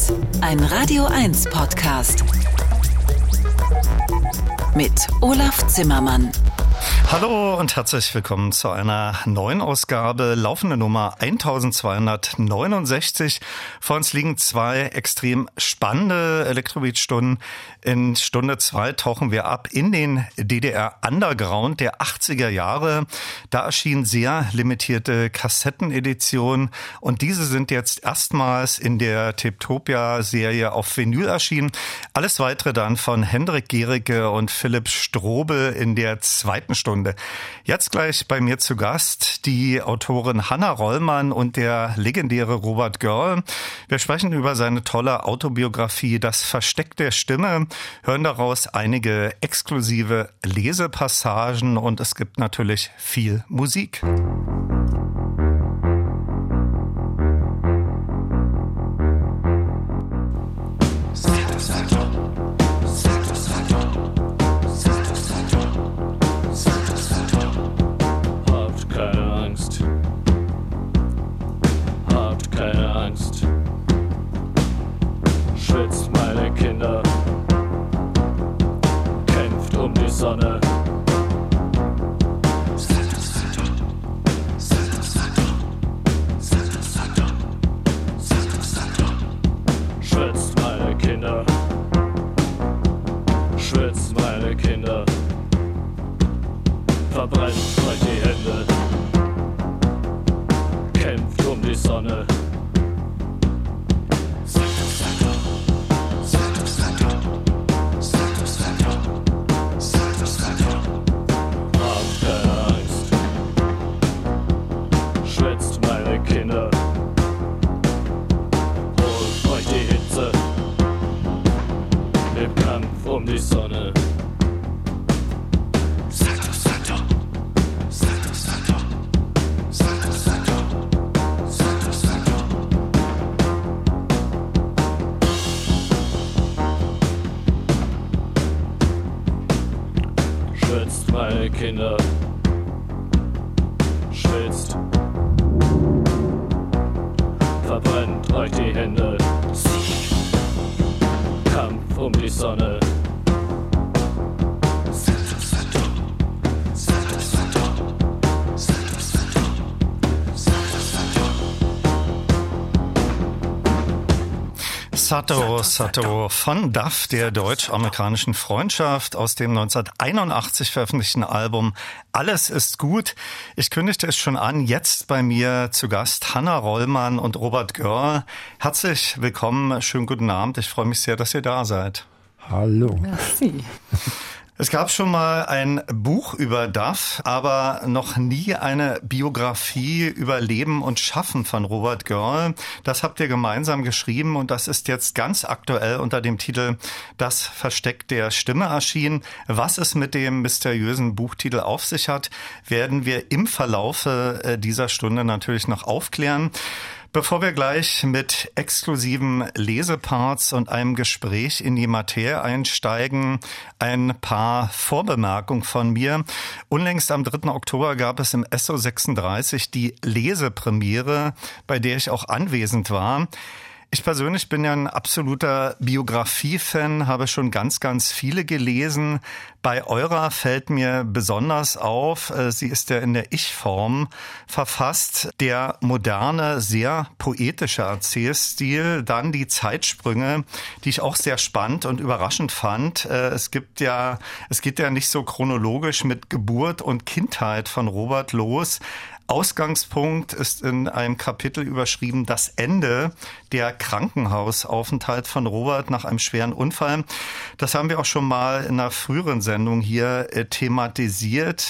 Hits, ein Radio 1 Podcast mit Olaf Zimmermann. Hallo und herzlich willkommen zu einer neuen Ausgabe, laufende Nummer 1269. Vor uns liegen zwei extrem spannende Elektrobeat-Stunden. In Stunde 2 tauchen wir ab in den DDR-Underground der 80er Jahre. Da erschienen sehr limitierte Kassetteneditionen und diese sind jetzt erstmals in der Tiptopia-Serie auf Vinyl erschienen. Alles weitere dann von Hendrik Gericke und Philipp Strobel in der zweiten Stunde. Jetzt gleich bei mir zu Gast die Autorin Hanna Rollmann und der legendäre Robert Görl. Wir sprechen über seine tolle Autobiografie Das Versteck der Stimme, hören daraus einige exklusive Lesepassagen und es gibt natürlich viel Musik. Schwitzt meine Kinder, kämpft um die Sonne. Schwitzt meine Kinder, schwitzt meine Kinder, verbrennt euch die Hände, kämpft um die Sonne. Um die Sonne. Schwitzt meine Kinder, schwitzt, verbrennt euch die Hände. Kampf um die Sonne. Sato von Duff, der deutsch-amerikanischen Freundschaft aus dem 1981 veröffentlichten Album Alles ist gut. Ich kündigte es schon an, jetzt bei mir zu Gast Hanna Rollmann und Robert Görl. Herzlich willkommen, schönen guten Abend. Ich freue mich sehr, dass ihr da seid. Hallo. Merci. Es gab schon mal ein Buch über Duff, aber noch nie eine Biografie über Leben und Schaffen von Robert Görl. Das habt ihr gemeinsam geschrieben und das ist jetzt ganz aktuell unter dem Titel Das Versteck der Stimme erschienen. Was es mit dem mysteriösen Buchtitel auf sich hat, werden wir im Verlaufe dieser Stunde natürlich noch aufklären. Bevor wir gleich mit exklusiven Leseparts und einem Gespräch in die Materie einsteigen, ein paar Vorbemerkungen von mir. Unlängst am 3. Oktober gab es im SO 36 die Lesepremiere, bei der ich auch anwesend war. Ich persönlich bin ja ein absoluter Biografie-Fan, habe schon ganz, ganz viele gelesen. Bei eurer fällt mir besonders auf, sie ist ja in der Ich-Form verfasst, der moderne, sehr poetische Erzählstil, dann die Zeitsprünge, die ich auch sehr spannend und überraschend fand. Es geht ja nicht so chronologisch mit Geburt und Kindheit von Robert los. Ausgangspunkt ist in einem Kapitel überschrieben das Ende der Krankenhausaufenthalt von Robert nach einem schweren Unfall. Das haben wir auch schon mal in einer früheren Sendung hier thematisiert.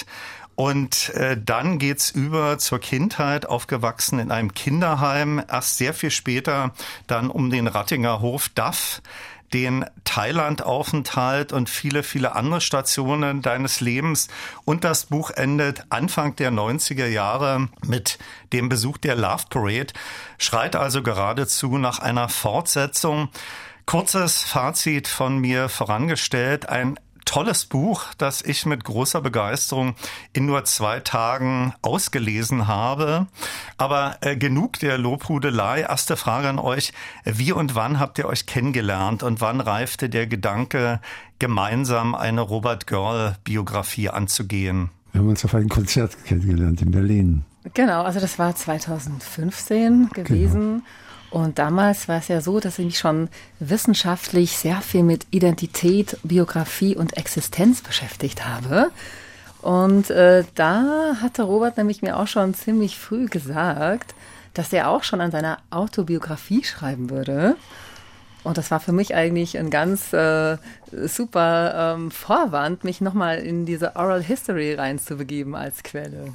Und dann geht's über zur Kindheit, aufgewachsen in einem Kinderheim. Erst sehr viel später dann um den Rattinger Hof Duff, den Thailand-Aufenthalt und viele, viele andere Stationen deines Lebens. Und das Buch endet Anfang der 90er Jahre mit dem Besuch der Love Parade, schreit also geradezu nach einer Fortsetzung. Kurzes Fazit von mir vorangestellt, ein tolles Buch, das ich mit großer Begeisterung in nur 2 Tagen ausgelesen habe. Aber genug der Lobhudelei. Erste Frage an euch. Wie und wann habt ihr euch kennengelernt und wann reifte der Gedanke, gemeinsam eine Robert Görl-Biografie anzugehen? Wir haben uns auf einem Konzert kennengelernt in Berlin. Genau, also das war 2015 gewesen. Genau. Und damals war es ja so, dass ich mich schon wissenschaftlich sehr viel mit Identität, Biografie und Existenz beschäftigt habe. Und da hatte Robert nämlich mir auch schon ziemlich früh gesagt, dass er auch schon an seiner Autobiografie schreiben würde. Und das war für mich eigentlich ein ganz super Vorwand, mich nochmal in diese Oral History reinzubegeben als Quelle.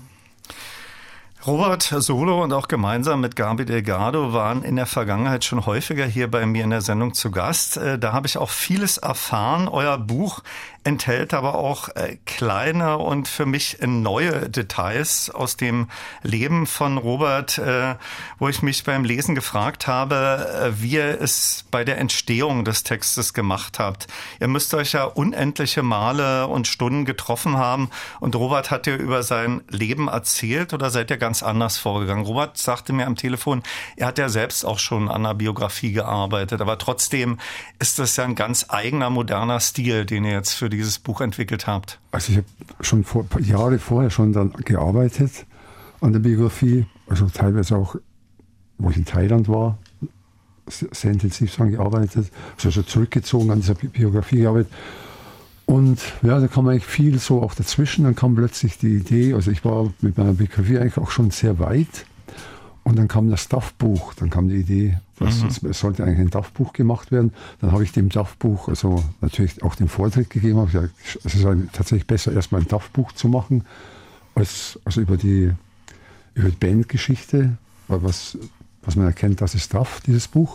Robert solo und auch gemeinsam mit Gabi Delgado waren in der Vergangenheit schon häufiger hier bei mir in der Sendung zu Gast. Da habe ich auch vieles erfahren. Euer Buch enthält aber auch kleine und für mich neue Details aus dem Leben von Robert, wo ich mich beim Lesen gefragt habe, wie ihr es bei der Entstehung des Textes gemacht habt. Ihr müsst euch ja unendliche Male und Stunden getroffen haben und Robert hat dir über sein Leben erzählt oder seid ihr ganz anders vorgegangen? Robert sagte mir am Telefon, er hat ja selbst auch schon an einer Biografie gearbeitet, aber trotzdem ist das ja ein ganz eigener, moderner Stil, den ihr jetzt für dieses Buch entwickelt habt. Also ich habe schon Jahre vorher schon dann gearbeitet an der Biografie, also teilweise auch, wo ich in Thailand war, sehr intensiv daran gearbeitet, also zurückgezogen an dieser Biografie gearbeitet. Und ja, da kam eigentlich viel so auch dazwischen. Dann kam plötzlich die Idee, also ich war mit meiner Biografie eigentlich auch schon sehr weit. Und dann kam das DAF-Buch, dann kam die Idee, es sollte eigentlich ein DAF-Buch gemacht werden. Dann habe ich dem DAF-Buch also natürlich auch den Vortritt gegeben. Habe gesagt, es ist tatsächlich besser, erstmal ein DAF-Buch zu machen, als also über die Bandgeschichte, was man erkennt, das ist DAF, dieses Buch.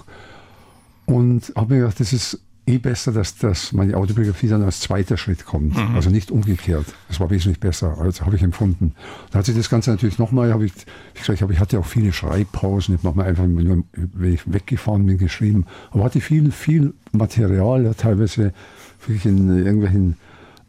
Und habe mir gedacht, das ist besser, dass meine Autobiografie dann als zweiter Schritt kommt. Also nicht umgekehrt. Das war wesentlich besser. Also habe ich empfunden. Da hat sich das Ganze natürlich nochmal, ich hatte auch viele Schreibpausen. Ich habe nochmal einfach, nur, wenn ich weggefahren bin, geschrieben. Aber hatte viel Material, ja, teilweise wirklich in irgendwelchen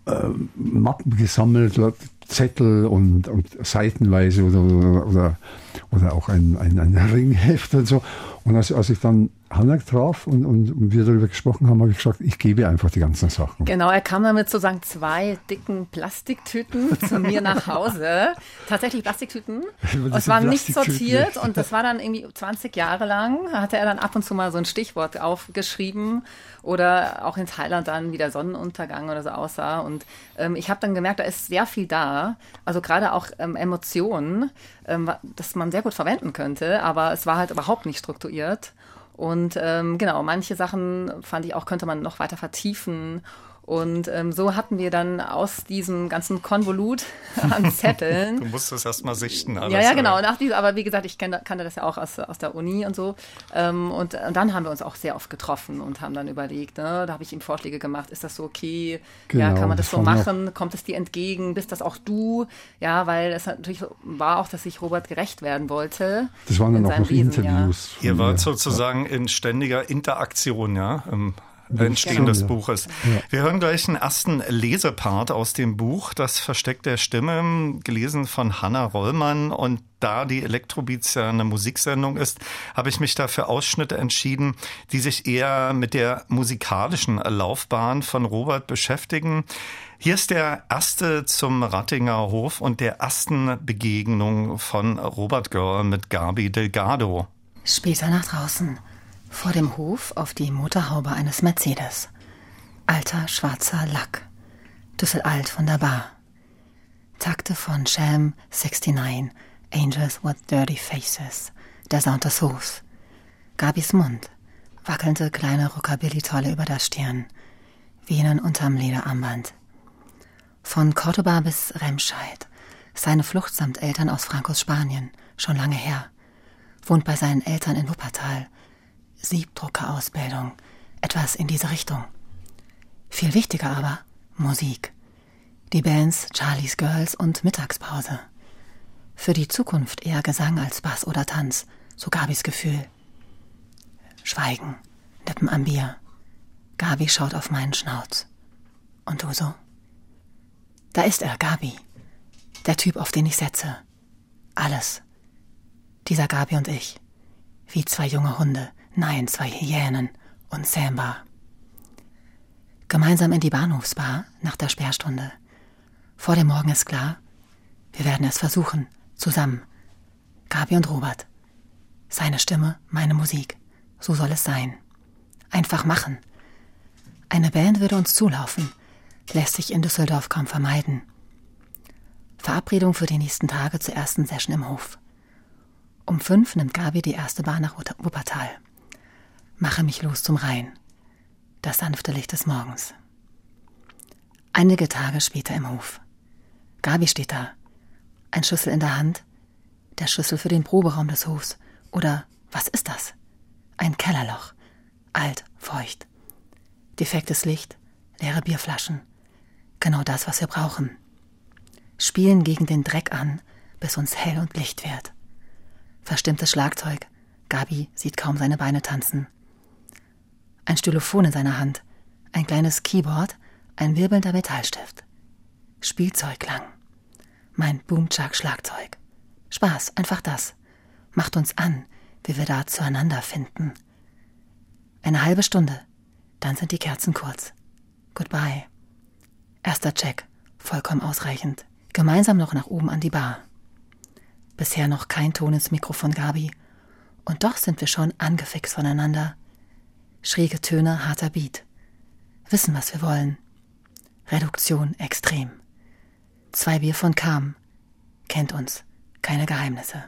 Mappen gesammelt, Zettel und seitenweise oder auch ein Ringheft und so. Und als ich dann Hanna traf und wir darüber gesprochen haben, habe ich gesagt, ich gebe einfach die ganzen Sachen. Genau, er kam dann mit sozusagen 2 dicken Plastiktüten zu mir nach Hause. Tatsächlich Plastiktüten. Es waren nicht sortiert und das war dann irgendwie 20 Jahre lang. Hatte er dann ab und zu mal so ein Stichwort aufgeschrieben oder auch in Thailand dann, wie der Sonnenuntergang oder so aussah. Und ich habe dann gemerkt, da ist sehr viel da. Also gerade auch Emotionen, das man sehr gut verwenden könnte, aber es war halt überhaupt nicht strukturiert. Und genau, manche Sachen fand ich auch, könnte man noch weiter vertiefen. Und so hatten wir dann aus diesem ganzen Konvolut an Zetteln. Du musst das erstmal sichten. Alles, ja, genau. Aber wie gesagt, ich kannte das ja auch aus der Uni und so. Und dann haben wir uns auch sehr oft getroffen und haben dann überlegt, ne, da habe ich ihm Vorschläge gemacht, ist das so okay? Genau, ja, kann man das so machen? Kommt es dir entgegen? Bist das auch du? Ja, weil es natürlich war auch, dass ich Robert gerecht werden wollte. Das waren dann auch noch Lesen, Interviews. Ja. Ihr wart sozusagen in ständiger Interaktion, ja, Entstehen des Buches. Ja. Wir hören gleich einen ersten Lesepart aus dem Buch, Das Versteck der Stimme, gelesen von Hanna Rollmann. Und da die Elektrobeats ja eine Musiksendung ist, habe ich mich dafür Ausschnitte entschieden, die sich eher mit der musikalischen Laufbahn von Robert beschäftigen. Hier ist der erste zum Rattinger Hof und der ersten Begegnung von Robert Görl mit Gabi Delgado. Später nach draußen. Vor dem Hof auf die Motorhaube eines Mercedes. Alter, schwarzer Lack. Düsselalt von der Bar. Takte von Sham 69. Angels with Dirty Faces. Der Sound des Hofs. Gabis Mund. Wackelnde kleine Rockabilly-Tolle über der Stirn. Venen unterm Lederarmband. Von Cordoba bis Remscheid. Seine Flucht samt Eltern aus Frankos Spanien. Schon lange her. Wohnt bei seinen Eltern in Wuppertal. Siebdruckerausbildung, etwas in diese Richtung. Viel wichtiger aber Musik. Die Bands Charlie's Girls und Mittagspause. Für die Zukunft eher Gesang als Bass oder Tanz, so Gabis Gefühl. Schweigen, Lippen am Bier. Gabi schaut auf meinen Schnauz. Und du so? Da ist er, Gabi. Der Typ, auf den ich setze. Alles. Dieser Gabi und ich. Wie 2 junge Hunde. Nein, 2 Hyänen. Und Samba. Gemeinsam in die Bahnhofsbar nach der Sperrstunde. Vor dem Morgen ist klar, wir werden es versuchen. Zusammen. Gabi und Robert. Seine Stimme, meine Musik. So soll es sein. Einfach machen. Eine Band würde uns zulaufen. Lässt sich in Düsseldorf kaum vermeiden. Verabredung für die nächsten Tage zur ersten Session im Hof. Um 5 nimmt Gabi die erste Bahn nach Wuppertal. Mache mich los zum Rhein. Das sanfte Licht des Morgens. Einige Tage später im Hof. Gabi steht da. Ein Schlüssel in der Hand. Der Schlüssel für den Proberaum des Hofs. Oder was ist das? Ein Kellerloch. Alt, feucht. Defektes Licht, leere Bierflaschen. Genau das, was wir brauchen. Spielen gegen den Dreck an, bis uns hell und Licht wird. Verstimmtes Schlagzeug. Gabi sieht kaum seine Beine tanzen. Ein Stylophon in seiner Hand. Ein kleines Keyboard, ein wirbelnder Metallstift. Spielzeugklang. Mein Boom-Chuck-Schlagzeug. Spaß, einfach das. Macht uns an, wie wir da zueinander finden. Eine halbe Stunde, dann sind die Kerzen kurz. Goodbye. Erster Check, vollkommen ausreichend. Gemeinsam noch nach oben an die Bar. Bisher noch kein Ton ins Mikro von Gabi. Und doch sind wir schon angefixt voneinander. Schräge Töne, harter Beat. Wissen, was wir wollen. Reduktion extrem. 2 Bier von Kam. Kennt uns. Keine Geheimnisse.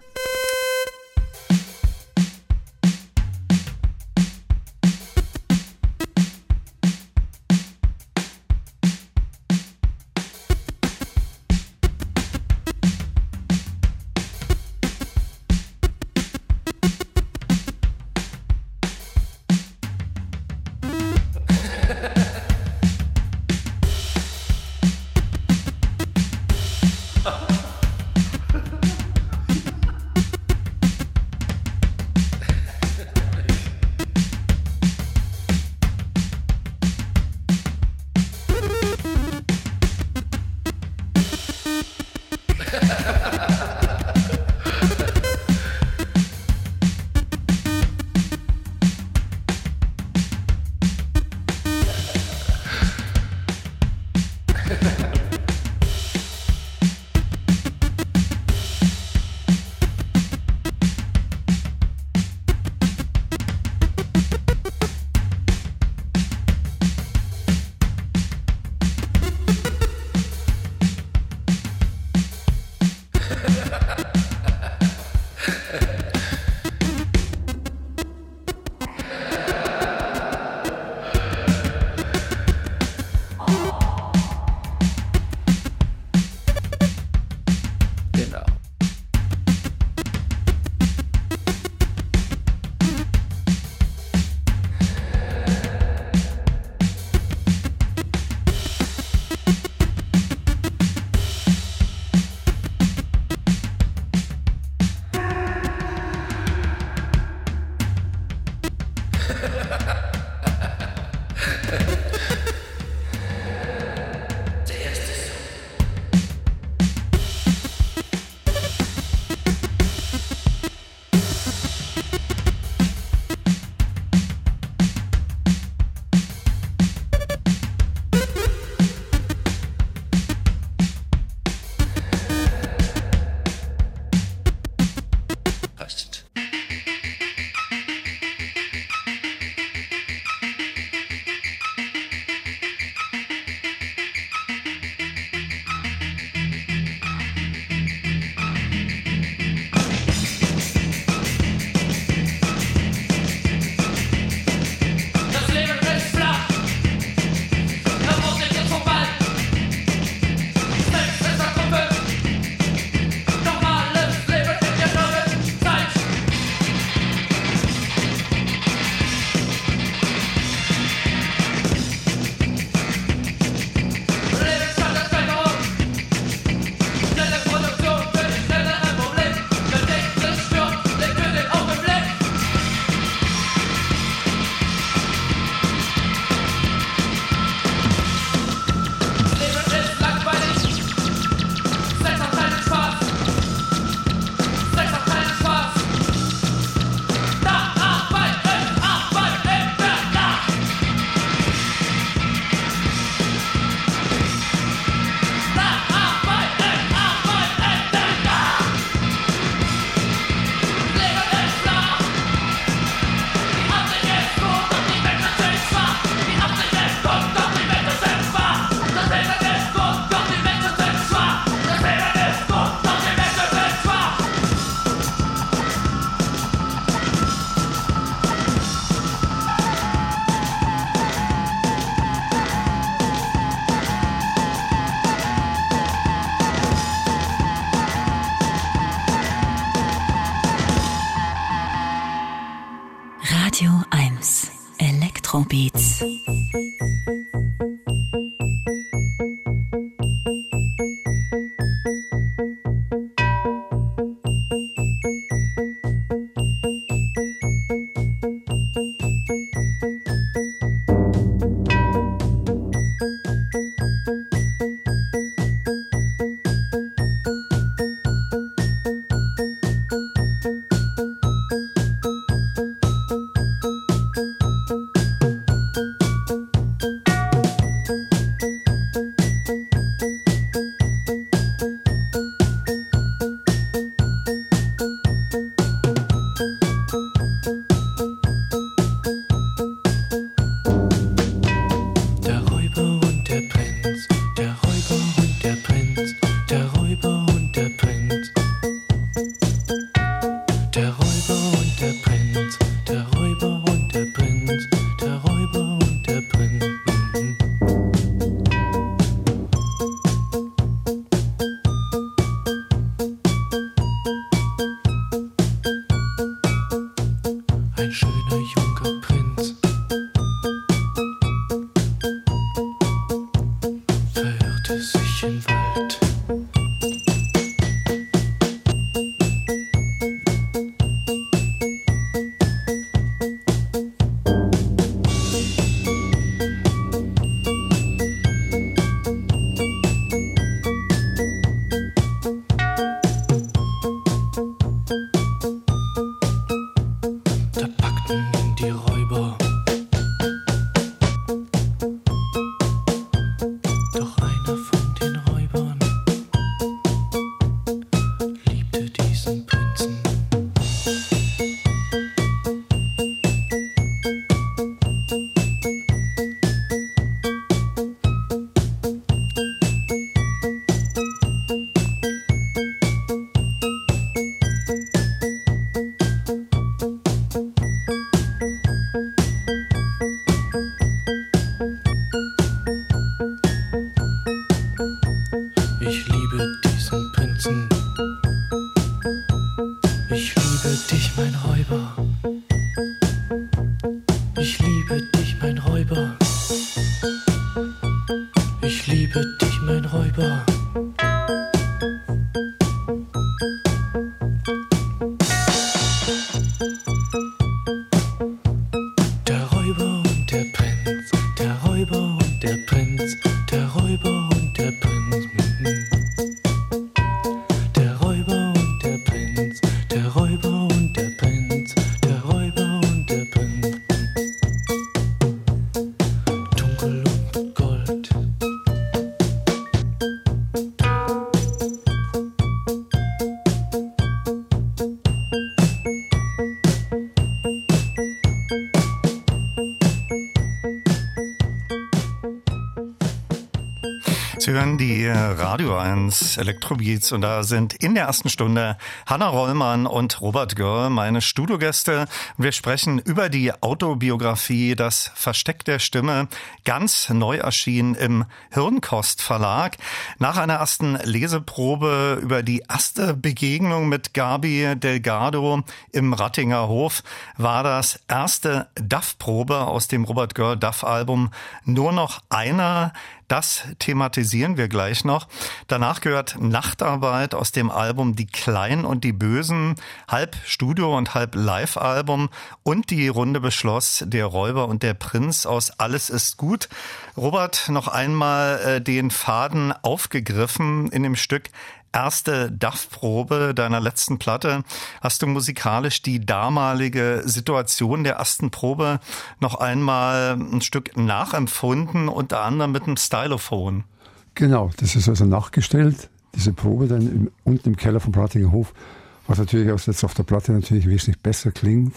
Sie hören die Radio 1 Elektrobeats und da sind in der ersten Stunde Hanna Rollmann und Robert Görl, meine Studiogäste. Wir sprechen über die Autobiografie Das Versteck der Stimme, ganz neu erschienen im Hirnkost Verlag. Nach einer ersten Leseprobe über die erste Begegnung mit Gabi Delgado im Rattinger Hof war das erste DAF-Probe aus dem Robert Görl DAF-Album Nur noch einer. Das thematisieren wir gleich noch. Danach gehört Nachtarbeit aus dem Album Die Kleinen und die Bösen, halb Studio- und halb Live-Album und die Runde beschloss Der Räuber und der Prinz aus Alles ist gut. Robert, noch einmal den Faden aufgegriffen in dem Stück Erste DAF-Probe deiner letzten Platte. Hast du musikalisch die damalige Situation der ersten Probe noch einmal ein Stück nachempfunden, unter anderem mit einem Stylophon? Genau, das ist also nachgestellt, diese Probe dann unten im Keller vom Rattinger Hof, was natürlich auch jetzt auf der Platte natürlich wesentlich besser klingt.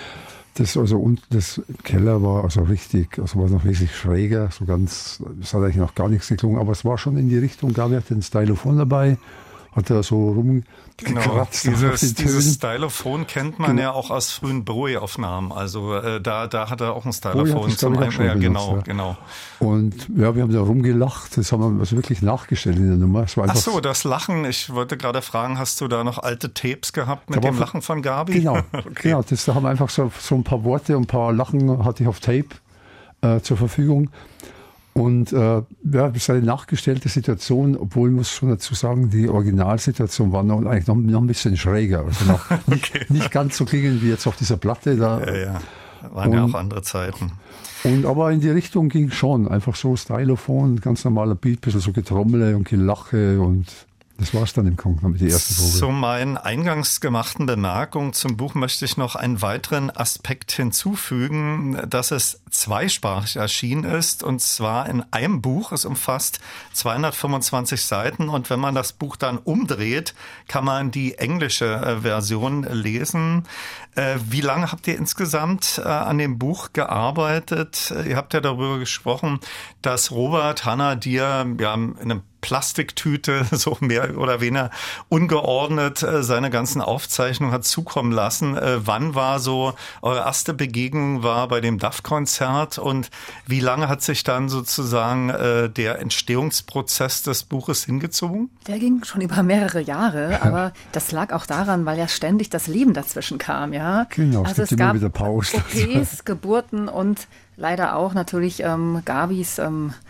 Das also unten, das Keller war also richtig, also war noch wesentlich schräger, so ganz, es hat eigentlich noch gar nichts geklungen, aber es war schon in die Richtung, Gabi hatte ein Stylophon dabei, hat da so rumgekratzt. Genau, dieses Stylophon kennt man ja auch aus frühen Broe-Aufnahmen, also da hat er auch ein Stylophon zum Einschalten. Ja, genau. Und ja, wir haben da rumgelacht, das haben wir also wirklich nachgestellt in der Nummer. Ach so, das Lachen, ich wollte gerade fragen, hast du da noch alte Tapes gehabt mit dem Lachen von Gabi? Genau, okay. Genau, da haben wir einfach so ein paar Worte und ein paar Lachen hatte ich auf Tape zur Verfügung. Und seine nachgestellte Situation, obwohl, muss schon dazu sagen, die Originalsituation war eigentlich noch ein bisschen schräger. Also noch nicht ganz so klingend wie jetzt auf dieser Platte. Da. Ja. Waren ja auch andere Zeiten. Aber in die Richtung ging schon. Einfach so Stylophon, ganz normaler Beat, ein bisschen so Getrommele und Gelache und das war's dann im Grunde mit der ersten Probe. Zu meinen eingangs gemachten Bemerkungen zum Buch möchte ich noch einen weiteren Aspekt hinzufügen, dass es zweisprachig erschienen ist, und zwar in einem Buch. Es umfasst 225 Seiten und wenn man das Buch dann umdreht, kann man die englische Version lesen. Wie lange habt ihr insgesamt an dem Buch gearbeitet? Ihr habt ja darüber gesprochen, dass Robert Hanna dir in einem Plastiktüte so mehr oder weniger ungeordnet seine ganzen Aufzeichnungen hat zukommen lassen. Wann war so eure erste Begegnung war bei dem DAF-Konzert und wie lange hat sich dann sozusagen der Entstehungsprozess des Buches hingezogen? Der ging schon über mehrere Jahre, aber das lag auch daran, weil ja ständig das Leben dazwischen kam, ja. Genau, also es gab wieder Pause. OPs, Geburten und leider auch natürlich Gabis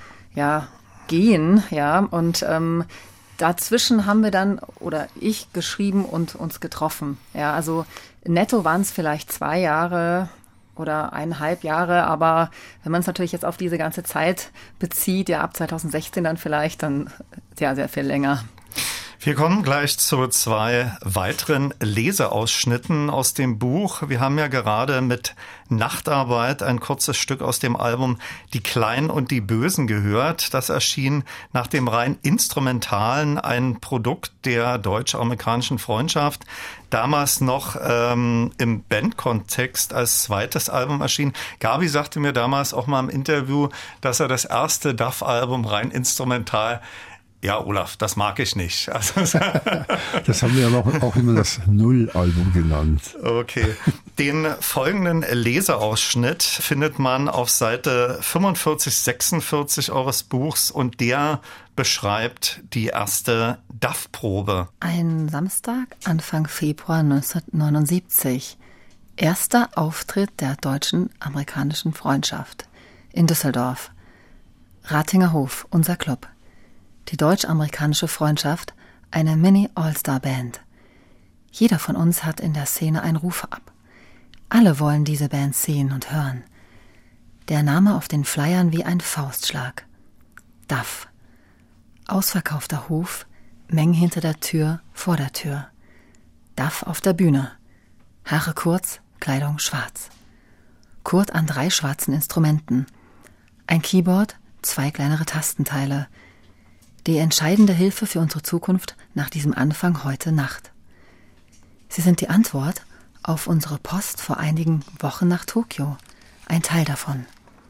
Gehen, ja, und dazwischen haben wir dann, oder ich, geschrieben und uns getroffen, ja, also netto waren es vielleicht 2 Jahre oder 1,5 Jahre, aber wenn man es natürlich jetzt auf diese ganze Zeit bezieht, ja, ab 2016 dann vielleicht, dann ja, sehr viel länger. Wir kommen gleich zu 2 weiteren Leseausschnitten aus dem Buch. Wir haben ja gerade mit Nachtarbeit ein kurzes Stück aus dem Album Die Kleinen und die Bösen gehört. Das erschien nach dem rein instrumentalen, ein Produkt der deutsch-amerikanischen Freundschaft, damals noch im Bandkontext als zweites Album erschien. Gabi sagte mir damals auch mal im Interview, dass er das erste DAF-Album rein instrumental Ja, Olaf, das mag ich nicht. Also, das haben wir aber auch immer das Null-Album genannt. Okay. Den folgenden Leseausschnitt findet man auf Seite 45, 46 eures Buchs und der beschreibt die erste DAF-Probe. Ein Samstag, Anfang Februar 1979. Erster Auftritt der deutschen-amerikanischen Freundschaft in Düsseldorf. Ratinger Hof, unser Club. Die deutsch-amerikanische Freundschaft, eine Mini-All-Star-Band. Jeder von uns hat in der Szene einen Ruf ab. Alle wollen diese Band sehen und hören. Der Name auf den Flyern wie ein Faustschlag. DAF. Ausverkaufter Hof, Mengen hinter der Tür, vor der Tür. DAF auf der Bühne. Haare kurz, Kleidung schwarz. Kurt an 3 schwarzen Instrumenten. Ein Keyboard, 2 kleinere Tastenteile. Die entscheidende Hilfe für unsere Zukunft nach diesem Anfang heute Nacht. Sie sind die Antwort auf unsere Post vor einigen Wochen nach Tokio. Ein Teil davon.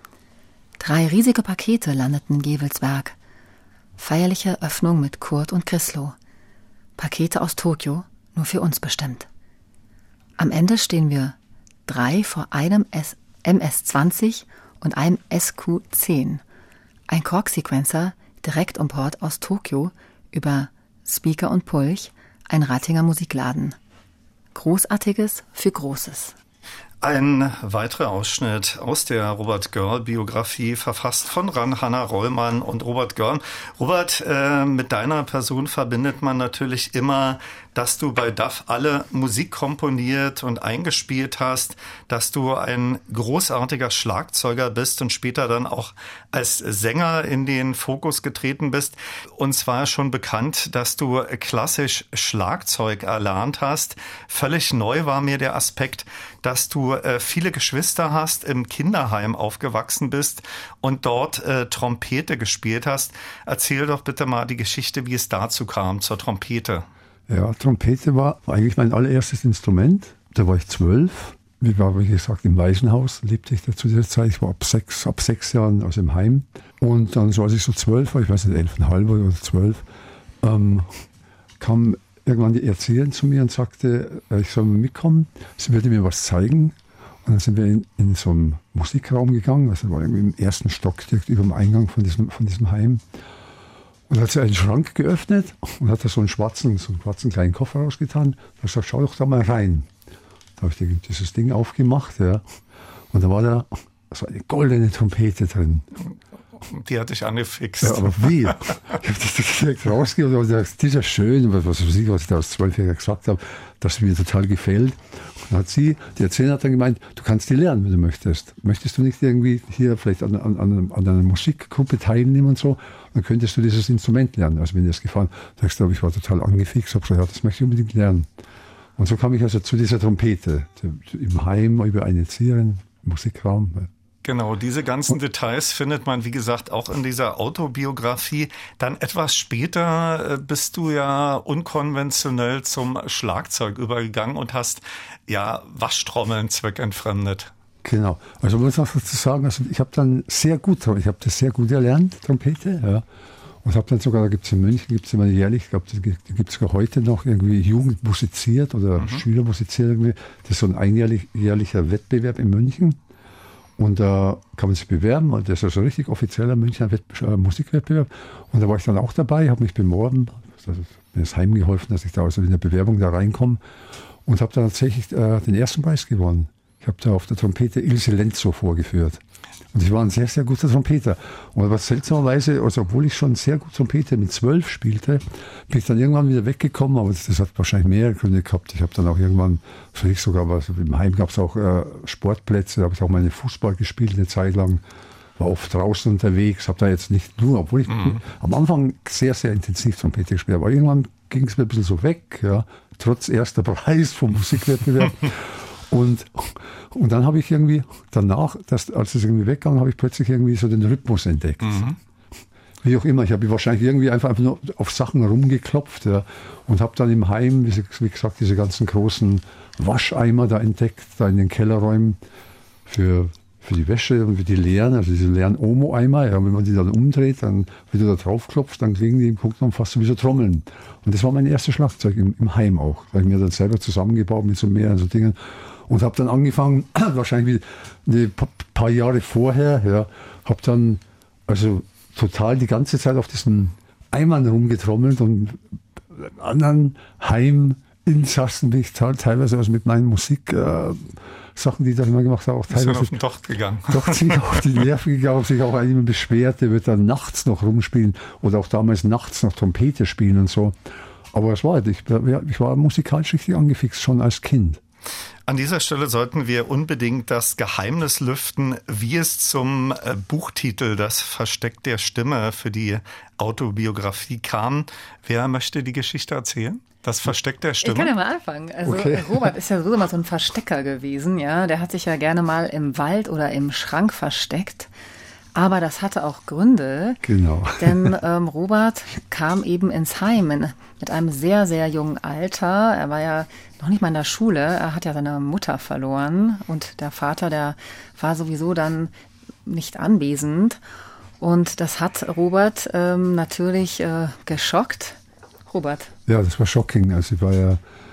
3 riesige Pakete landeten in Gevelsberg. Feierliche Öffnung mit Kurt und Chrislo. Pakete aus Tokio, nur für uns bestimmt. Am Ende stehen wir 3 vor einem MS-20 und einem SQ-10. Ein Korg-Sequencer, direkt Import aus Tokio über Speaker und Pulch, ein Ratinger Musikladen. Großartiges für Großes. Ein weiterer Ausschnitt aus der Robert Görl-Biografie, verfasst von Hanna Rollmann und Robert Görl. Robert, mit deiner Person verbindet man natürlich immer, dass du bei DAF alle Musik komponiert und eingespielt hast, dass du ein großartiger Schlagzeuger bist und später dann auch als Sänger in den Fokus getreten bist. Uns war schon bekannt, dass du klassisch Schlagzeug erlernt hast. Völlig neu war mir der Aspekt, dass du viele Geschwister hast, im Kinderheim aufgewachsen bist und dort Trompete gespielt hast. Erzähl doch bitte mal die Geschichte, wie es dazu kam, zur Trompete. Ja, Trompete war eigentlich mein allererstes Instrument. Da war ich 12. Ich war, wie gesagt, im Waisenhaus, lebte ich da zu dieser Zeit. Ich war ab 6 Jahren aus dem Heim. Und dann, so als ich so 12 war, ich weiß nicht, 11,5 oder 12, kam irgendwann die Erzieherin zu mir und sagte, ich soll mal mitkommen. Sie würde mir was zeigen. Und dann sind wir in so einen Musikraum gegangen. Also war irgendwie im ersten Stock, direkt über dem Eingang von diesem Heim. Und dann hat sie einen Schrank geöffnet und hat da so einen schwarzen kleinen Koffer rausgetan. Da habe ich gesagt, schau doch da mal rein. Da habe ich dieses Ding aufgemacht, ja. Und da war da so eine goldene Trompete drin. Die hat dich angefixt. Ja, aber wie? Ich habe das direkt rausgegeben und gesagt, das ist ja schön, was ich da als 12-Jähriger gesagt habe, dass mir total gefällt. Und dann hat die Erzählerin hat dann gemeint, du kannst die lernen, wenn du möchtest. Möchtest du nicht irgendwie hier vielleicht an einer Musikgruppe teilnehmen und so? Dann könntest du dieses Instrument lernen. Also wenn dir das gefallen. Da habe ich war total angefixt, habe gesagt, ja, das möchte ich unbedingt lernen. Und so kam ich also zu dieser Trompete, im Heim, über eine Erzieherin, im Musikraum. Genau, diese ganzen Details findet man, wie gesagt, auch in dieser Autobiografie. Dann etwas später bist du ja unkonventionell zum Schlagzeug übergegangen und hast ja Waschtrommeln zweckentfremdet. Genau, also muss ich auch dazu sagen, also ich habe das sehr gut erlernt, Trompete, ja. Und habe dann sogar, da gibt es in München, gibt es immer jährlich, ich glaube, die gibt es sogar heute noch, irgendwie Jugend musiziert oder Schüler musiziert irgendwie. Das ist so ein einjährlicher Wettbewerb in München. Und da kann man sich bewerben, und das ist also richtig offizieller Münchner Musikwettbewerb. Und da war ich dann auch dabei, habe mich beworben, also mir ist heimgeholfen, dass ich da also in der Bewerbung da reinkomme und habe dann tatsächlich den ersten Preis gewonnen. Ich habe da auf der Trompete Ilse Lenzo vorgeführt. Und ich war ein sehr, sehr guter Trompeter. Und was seltsamerweise, also obwohl ich schon sehr gut Trompete mit 12 spielte, bin ich dann irgendwann wieder weggekommen, aber das hat wahrscheinlich mehrere Gründe gehabt. Ich habe dann auch irgendwann, vielleicht sogar, also im Heim gab es auch Sportplätze, da habe ich auch meine Fußball gespielt eine Zeit lang, war oft draußen unterwegs, habe da jetzt nicht nur, obwohl ich am Anfang sehr, sehr intensiv Trompete gespielt habe, aber irgendwann ging es mir ein bisschen so weg, ja, trotz erster Preis vom Musikwettbewerb. Und dann habe ich irgendwie danach, als es irgendwie weggegangen, habe ich plötzlich irgendwie so den Rhythmus entdeckt. Wie auch immer, ich habe wahrscheinlich irgendwie einfach nur auf Sachen rumgeklopft, ja, und habe dann im Heim, wie gesagt, diese ganzen großen Wascheimer da entdeckt, da in den Kellerräumen für die Wäsche und für die leeren, also diese leeren Omo-Eimer, ja, wenn man die dann umdreht, dann, wenn du da drauf klopfst, dann klingen die im Grunde fast so wie so Trommeln. Und das war mein erstes Schlagzeug im Heim auch. Da habe ich mir dann selber zusammengebaut mit so mehreren so Dingen. Und habe dann angefangen, wahrscheinlich ein paar Jahre vorher, ja, habe dann also total die ganze Zeit auf diesen Eimern rumgetrommelt und anderen Heiminsassen bin ich teilweise also mit meinen Musiksachen, die ich da immer gemacht habe, auch teilweise auf den Docht gegangen. Doch ziemlich auf die Nerven gegangen, sich auch jemand beschwert, der wird dann nachts noch rumspielen oder auch damals nachts noch Trompete spielen und so. Aber es war, ich war musikalisch richtig angefixt, schon als Kind. An dieser Stelle sollten wir unbedingt das Geheimnis lüften, wie es zum Buchtitel Das Versteck der Stimme für die Autobiografie kam. Wer möchte die Geschichte erzählen? Das Versteck der Stimme? Ich kann ja mal anfangen. Also okay. Robert ist ja so immer so ein Verstecker gewesen, ja. Der hat sich ja gerne mal im Wald oder im Schrank versteckt. Aber das hatte auch Gründe. Genau. Denn Robert kam eben ins Heim mit einem sehr, sehr jungen Alter. Er war ja noch nicht mal in der Schule. Er hat ja seine Mutter verloren. Und der Vater, der war sowieso dann nicht anwesend. Und das hat Robert natürlich geschockt. Robert. Ja, das war shocking. Also ich war ja,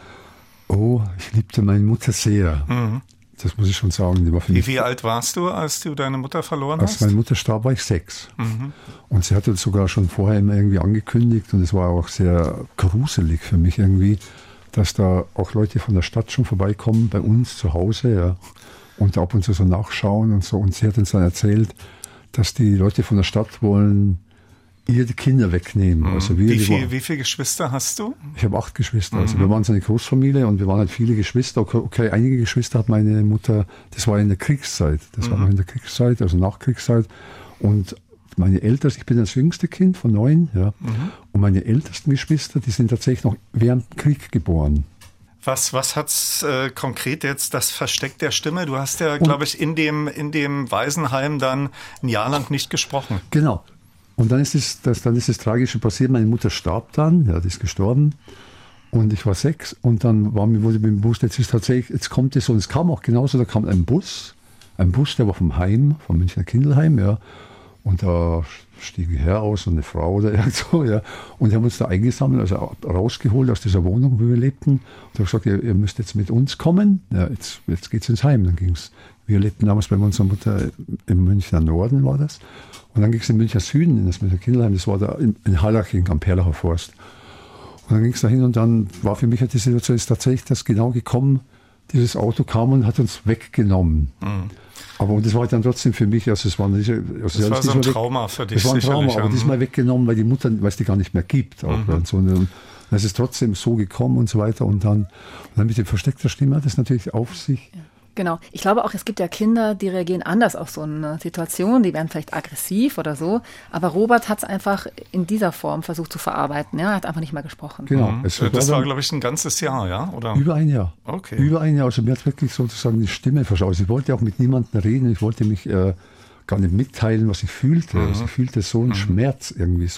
ich liebte meine Mutter sehr. Mhm. Das muss ich schon sagen. Die war für mich, wie alt warst du, als du deine Mutter verloren hast? Als meine Mutter starb, war ich 6. Mhm. Und sie hatte sogar schon vorher immer irgendwie angekündigt und es war auch sehr gruselig für mich irgendwie, dass da auch Leute von der Stadt schon vorbeikommen bei uns zu Hause, ja, und ab und zu so nachschauen und so. Und sie hat uns dann erzählt, dass die Leute von der Stadt wollen ihr die Kinder wegnehmen. Also wie viele Geschwister hast du? Ich habe 8 Geschwister. Also wir waren so eine Großfamilie und wir waren halt viele Geschwister. Okay, einige Geschwister hat meine Mutter, das war in der Kriegszeit. Das war noch in der Kriegszeit, also Nachkriegszeit. Und meine Ältesten, ich bin das jüngste Kind von 9, ja. Und meine ältesten Geschwister, die sind tatsächlich noch während dem Krieg geboren. Was hat's konkret jetzt, das Versteck der Stimme? Du hast ja, glaube ich, in dem Waisenheim dann ein Jahr lang nicht gesprochen. Genau. Und dann ist das Tragische passiert. Meine Mutter starb dann, ja, die ist gestorben. Und ich war 6. Und dann wurde mir bewusst, jetzt kommt es. Und es kam auch genauso, da kam ein Bus, der war vom Heim, vom Münchner Kindelheim, ja. Und da stieg ein Herr aus und eine Frau oder irgend so, ja. Und die haben uns da eingesammelt, also rausgeholt aus dieser Wohnung, wo wir lebten. Und haben gesagt, ihr müsst jetzt mit uns kommen. Ja, jetzt geht's ins Heim. Dann ging's. Wir lebten damals bei unserer Mutter im Münchner Norden, war das. Und dann ging es in Münchner Süden, in das Münchner Kindelheim, das war da in Hallaching am Perlacher Forst. Und dann ging es da hin und dann war für mich halt die Situation, ist tatsächlich das genau gekommen, dieses Auto kam und hat uns weggenommen. Aber das war dann trotzdem für mich, also es war nicht, also das war so ein Trauma für dich. Das war ein Trauma, aber diesmal weggenommen, weil die Mutter, weil es die gar nicht mehr gibt. Auch, so eine, das ist trotzdem so gekommen und so weiter. Und dann mit dem versteckter Stimme hat es natürlich auf sich. Ja. Genau. Ich glaube auch, es gibt ja Kinder, die reagieren anders auf so eine Situation, die werden vielleicht aggressiv oder so. Aber Robert hat es einfach in dieser Form versucht zu verarbeiten. Ja? Er hat einfach nicht mehr gesprochen. Genau. Das war, glaube ich, ein ganzes Jahr, ja? Oder? Über ein Jahr. Okay. Über ein Jahr. Also mir hat wirklich sozusagen die Stimme verschaut. Also ich wollte auch mit niemandem reden. Ich wollte mich gar nicht mitteilen, was ich fühlte. Also ich fühlte so einen Schmerz irgendwie,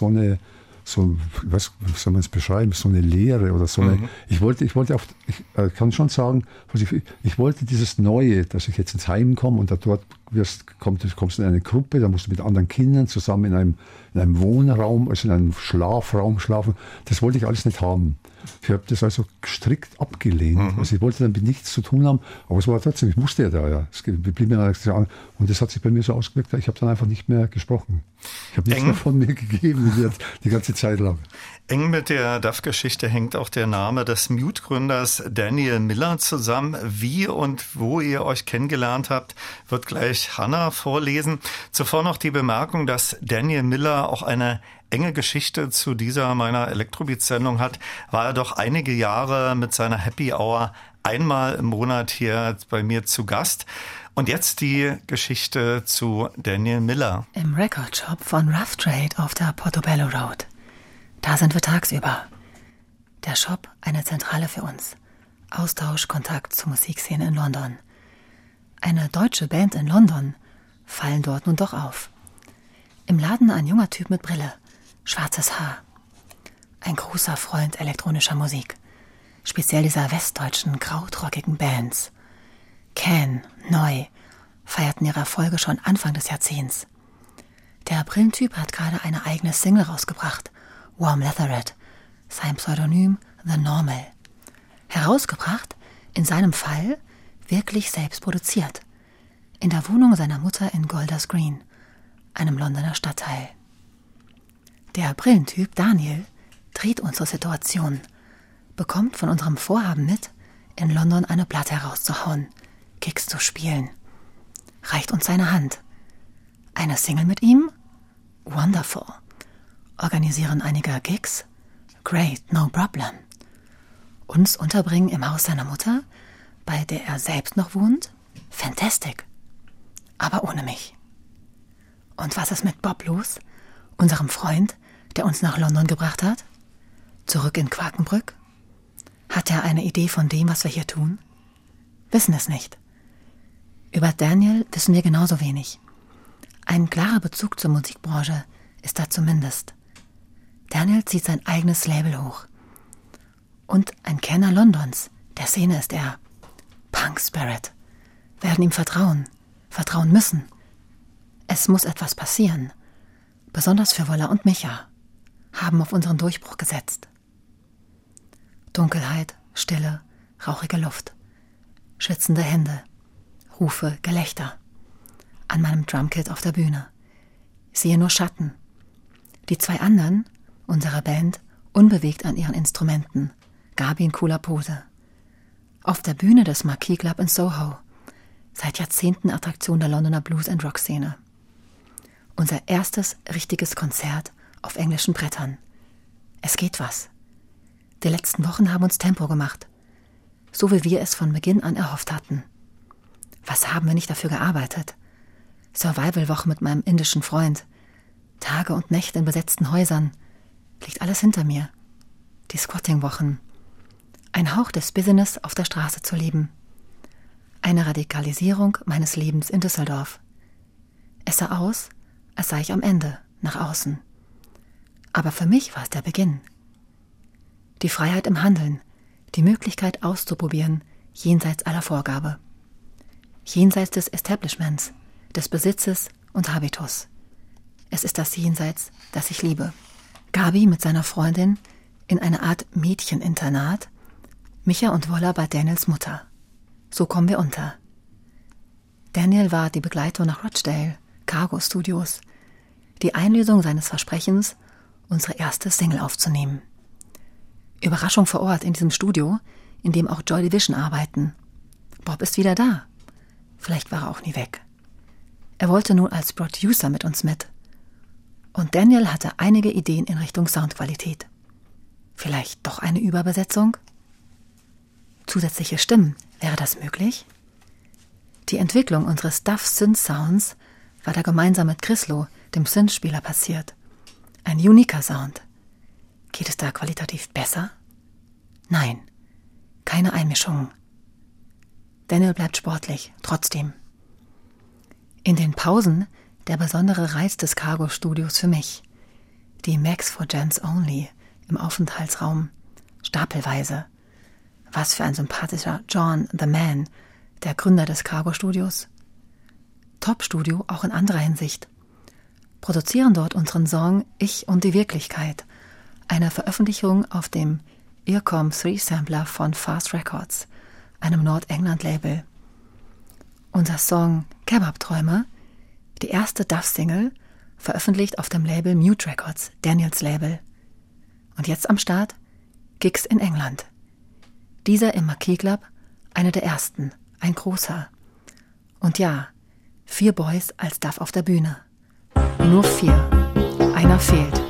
was soll man es beschreiben, so eine Leere oder so eine, ich kann schon sagen, ich wollte dieses Neue, dass ich jetzt ins Heim komme und da dort kommst du in eine Gruppe, da musst du mit anderen Kindern zusammen in einem Wohnraum, also in einem Schlafraum schlafen, das wollte ich alles nicht haben. Ich habe das also strikt abgelehnt. Also ich wollte damit nichts zu tun haben, aber es war trotzdem, ich musste ja. Es blieb mir an. Und das hat sich bei mir so ausgewirkt, ich habe dann einfach nicht mehr gesprochen. Ich habe nichts mehr von mir gegeben die ganze Zeit lang. Eng mit der DAF-Geschichte hängt auch der Name des Mute-Gründers Daniel Miller zusammen. Wie und wo ihr euch kennengelernt habt, wird gleich Hannah vorlesen. Zuvor noch die Bemerkung, dass Daniel Miller auch eine enge Geschichte zu dieser meiner Elektrobeat-Sendung hat, war er doch einige Jahre mit seiner Happy Hour einmal im Monat hier bei mir zu Gast. Und jetzt die Geschichte zu Daniel Miller. Im Recordshop von Rough Trade auf der Portobello Road. Da sind wir tagsüber. Der Shop, eine Zentrale für uns. Austausch, Kontakt zur Musikszene in London. Eine deutsche Band in London fallen dort nun doch auf. Im Laden ein junger Typ mit Brille, schwarzes Haar. Ein großer Freund elektronischer Musik. Speziell dieser westdeutschen, krautrockigen Bands. Can, Neu, feierten ihre Erfolge schon Anfang des Jahrzehnts. Der Brillentyp hat gerade eine eigene Single rausgebracht, Warm Leatherette, sein Pseudonym The Normal. Herausgebracht, in seinem Fall, wirklich selbst produziert. In der Wohnung seiner Mutter in Golders Green, einem Londoner Stadtteil. Der Brillentyp Daniel dreht unsere Situation, bekommt von unserem Vorhaben mit, in London eine Platte herauszuhauen, Gigs zu spielen. Reicht uns seine Hand. Eine Single mit ihm? Wonderful. Organisieren einige Gigs? Great, no problem. Uns unterbringen im Haus seiner Mutter, bei der er selbst noch wohnt? Fantastic. Aber ohne mich. Und was ist mit Bob los? Unserem Freund, der uns nach London gebracht hat? Zurück in Quakenbrück? Hat er eine Idee von dem, was wir hier tun? Wissen es nicht. Über Daniel wissen wir genauso wenig. Ein klarer Bezug zur Musikbranche ist da zumindest. Daniel zieht sein eigenes Label hoch. Und ein Kenner Londons, der Szene ist er. Punk Spirit. Werden ihm vertrauen müssen. Es muss etwas passieren. Besonders für Wolla und Micha. Haben auf unseren Durchbruch gesetzt. Dunkelheit, Stille, rauchige Luft. Schwitzende Hände. Rufe, Gelächter. An meinem Drumkit auf der Bühne. Sehe nur Schatten. Die zwei anderen, unserer Band, unbewegt an ihren Instrumenten. Gabi in cooler Pose. Auf der Bühne des Marquis Club in Soho. Seit Jahrzehnten Attraktion der Londoner Blues- and Rock-Szene. Unser erstes richtiges Konzert auf englischen Brettern. Es geht was. Die letzten Wochen haben uns Tempo gemacht. So wie wir es von Beginn an erhofft hatten. Was haben wir nicht dafür gearbeitet? Survival-Woche mit meinem indischen Freund. Tage und Nächte in besetzten Häusern. Liegt alles hinter mir. Die Squatting-Wochen. Ein Hauch des Business auf der Straße zu leben. Eine Radikalisierung meines Lebens in Düsseldorf. Es sah aus, als sei ich am Ende, nach außen. Aber für mich war es der Beginn. Die Freiheit im Handeln, die Möglichkeit auszuprobieren, jenseits aller Vorgabe. Jenseits des Establishments, des Besitzes und Habitus. Es ist das Jenseits, das ich liebe. Gabi mit seiner Freundin in eine Art Mädcheninternat, Micha und Wolla bei Daniels Mutter. So kommen wir unter. Daniel war die Begleitung nach Rochdale, Cargo Studios, die Einlösung seines Versprechens, unsere erste Single aufzunehmen. Überraschung vor Ort in diesem Studio, in dem auch Joy Division arbeiten. Bob ist wieder da. Vielleicht war er auch nie weg. Er wollte nun als Producer mit uns mit. Und Daniel hatte einige Ideen in Richtung Soundqualität. Vielleicht doch eine Überbesetzung? Zusätzliche Stimmen, wäre das möglich? Die Entwicklung unseres Duff Synth Sounds war da gemeinsam mit Chrislo, dem Synthspieler, passiert. Ein uniker Sound. Geht es da qualitativ besser? Nein, keine Einmischungen. Daniel bleibt sportlich, trotzdem. In den Pausen der besondere Reiz des Cargo-Studios für mich. Die Macs for Jams Only im Aufenthaltsraum, stapelweise. Was für ein sympathischer John the Man, der Gründer des Cargo-Studios. Top-Studio auch in anderer Hinsicht. Produzieren dort unseren Song Ich und die Wirklichkeit, eine Veröffentlichung auf dem Earcom 3-Sampler von Fast Records, einem Nordengland-Label. Unser Song Kebab-Träume, die erste Duff-Single, veröffentlicht auf dem Label Mute Records, Daniels Label. Und jetzt am Start Gigs in England. Dieser im Marquis Club, einer der ersten, ein großer. Und ja, 4 Boys als Duff auf der Bühne. Nur 4. Einer fehlt.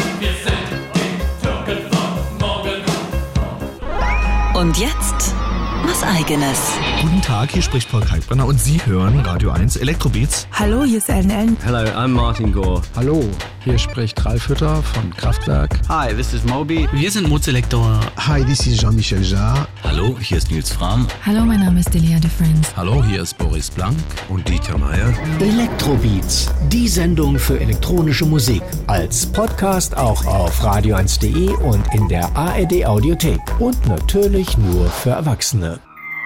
Und jetzt was Eigenes. Guten Tag, hier spricht Paul Kalkbrenner und Sie hören Radio 1 Elektrobeats. Hallo, hier ist Ellen. Hello, I'm Martin Gore. Hallo, hier spricht Ralf Hütter von Kraftwerk. Hi, this is Moby. Wir sind Mozelektor. Hi, this is Jean-Michel Jarre. Hallo, hier ist Nils Frahm. Hallo, mein Name ist Delia de Friends. Hallo, hier ist Boris Blank und Dieter Meier. Elektrobeats, die Sendung für elektronische Musik. Als Podcast auch auf radio1.de und in der ARD Audiothek. Und natürlich nur für Erwachsene.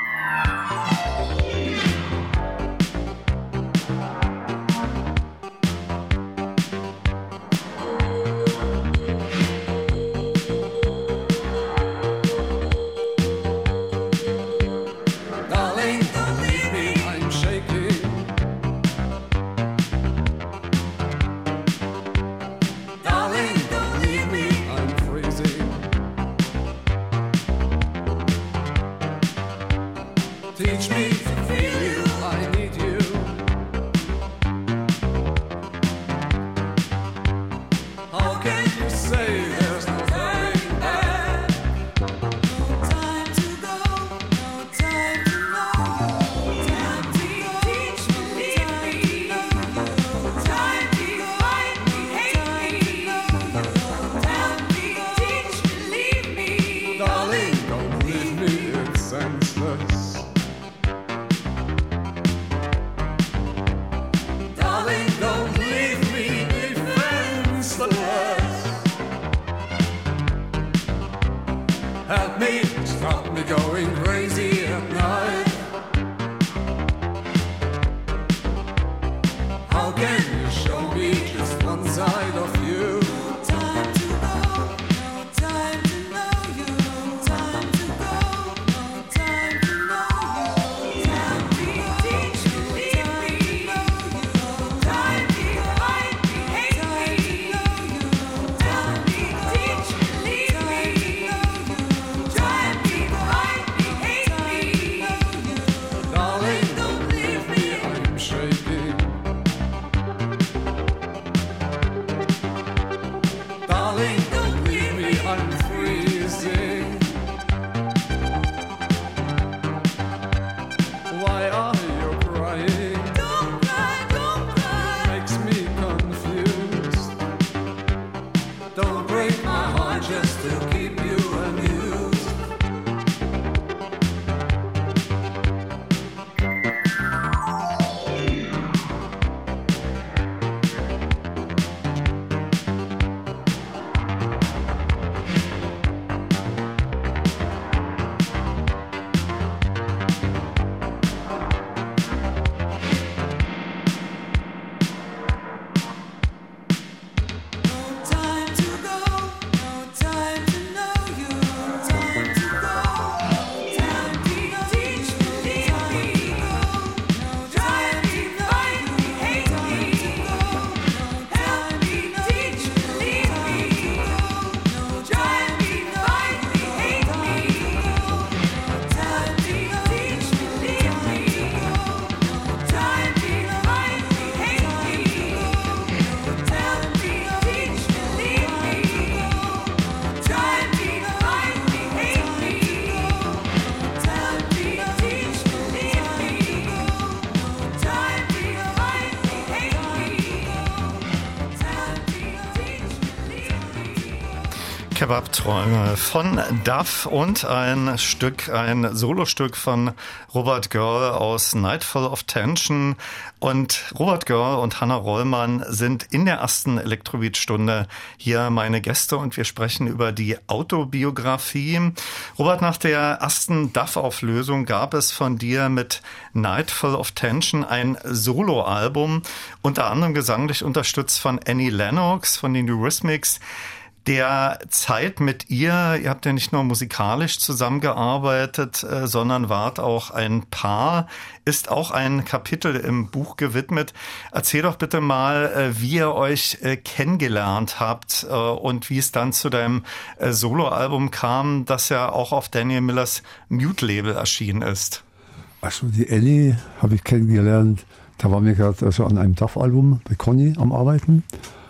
Kebab-Träume von Duff und ein Solostück von Robert Girl aus Nightfall of Tension. Und Robert Girl und Hanna Rollmann sind in der ersten Elektrobeat-Stunde hier meine Gäste und wir sprechen über die Autobiografie. Robert, nach der ersten Duff-Auflösung gab es von dir mit Nightfall of Tension ein Soloalbum, unter anderem gesanglich unterstützt von Annie Lennox von den Eurythmics. Der Zeit mit ihr habt ja nicht nur musikalisch zusammengearbeitet, sondern wart auch ein Paar, ist auch ein Kapitel im Buch gewidmet. Erzähl doch bitte mal, wie ihr euch kennengelernt habt und wie es dann zu deinem Soloalbum kam, das ja auch auf Daniel Millers Mute-Label erschienen ist. Also die Ellie habe ich kennengelernt, da waren wir gerade an einem Duff-Album bei Conny am Arbeiten.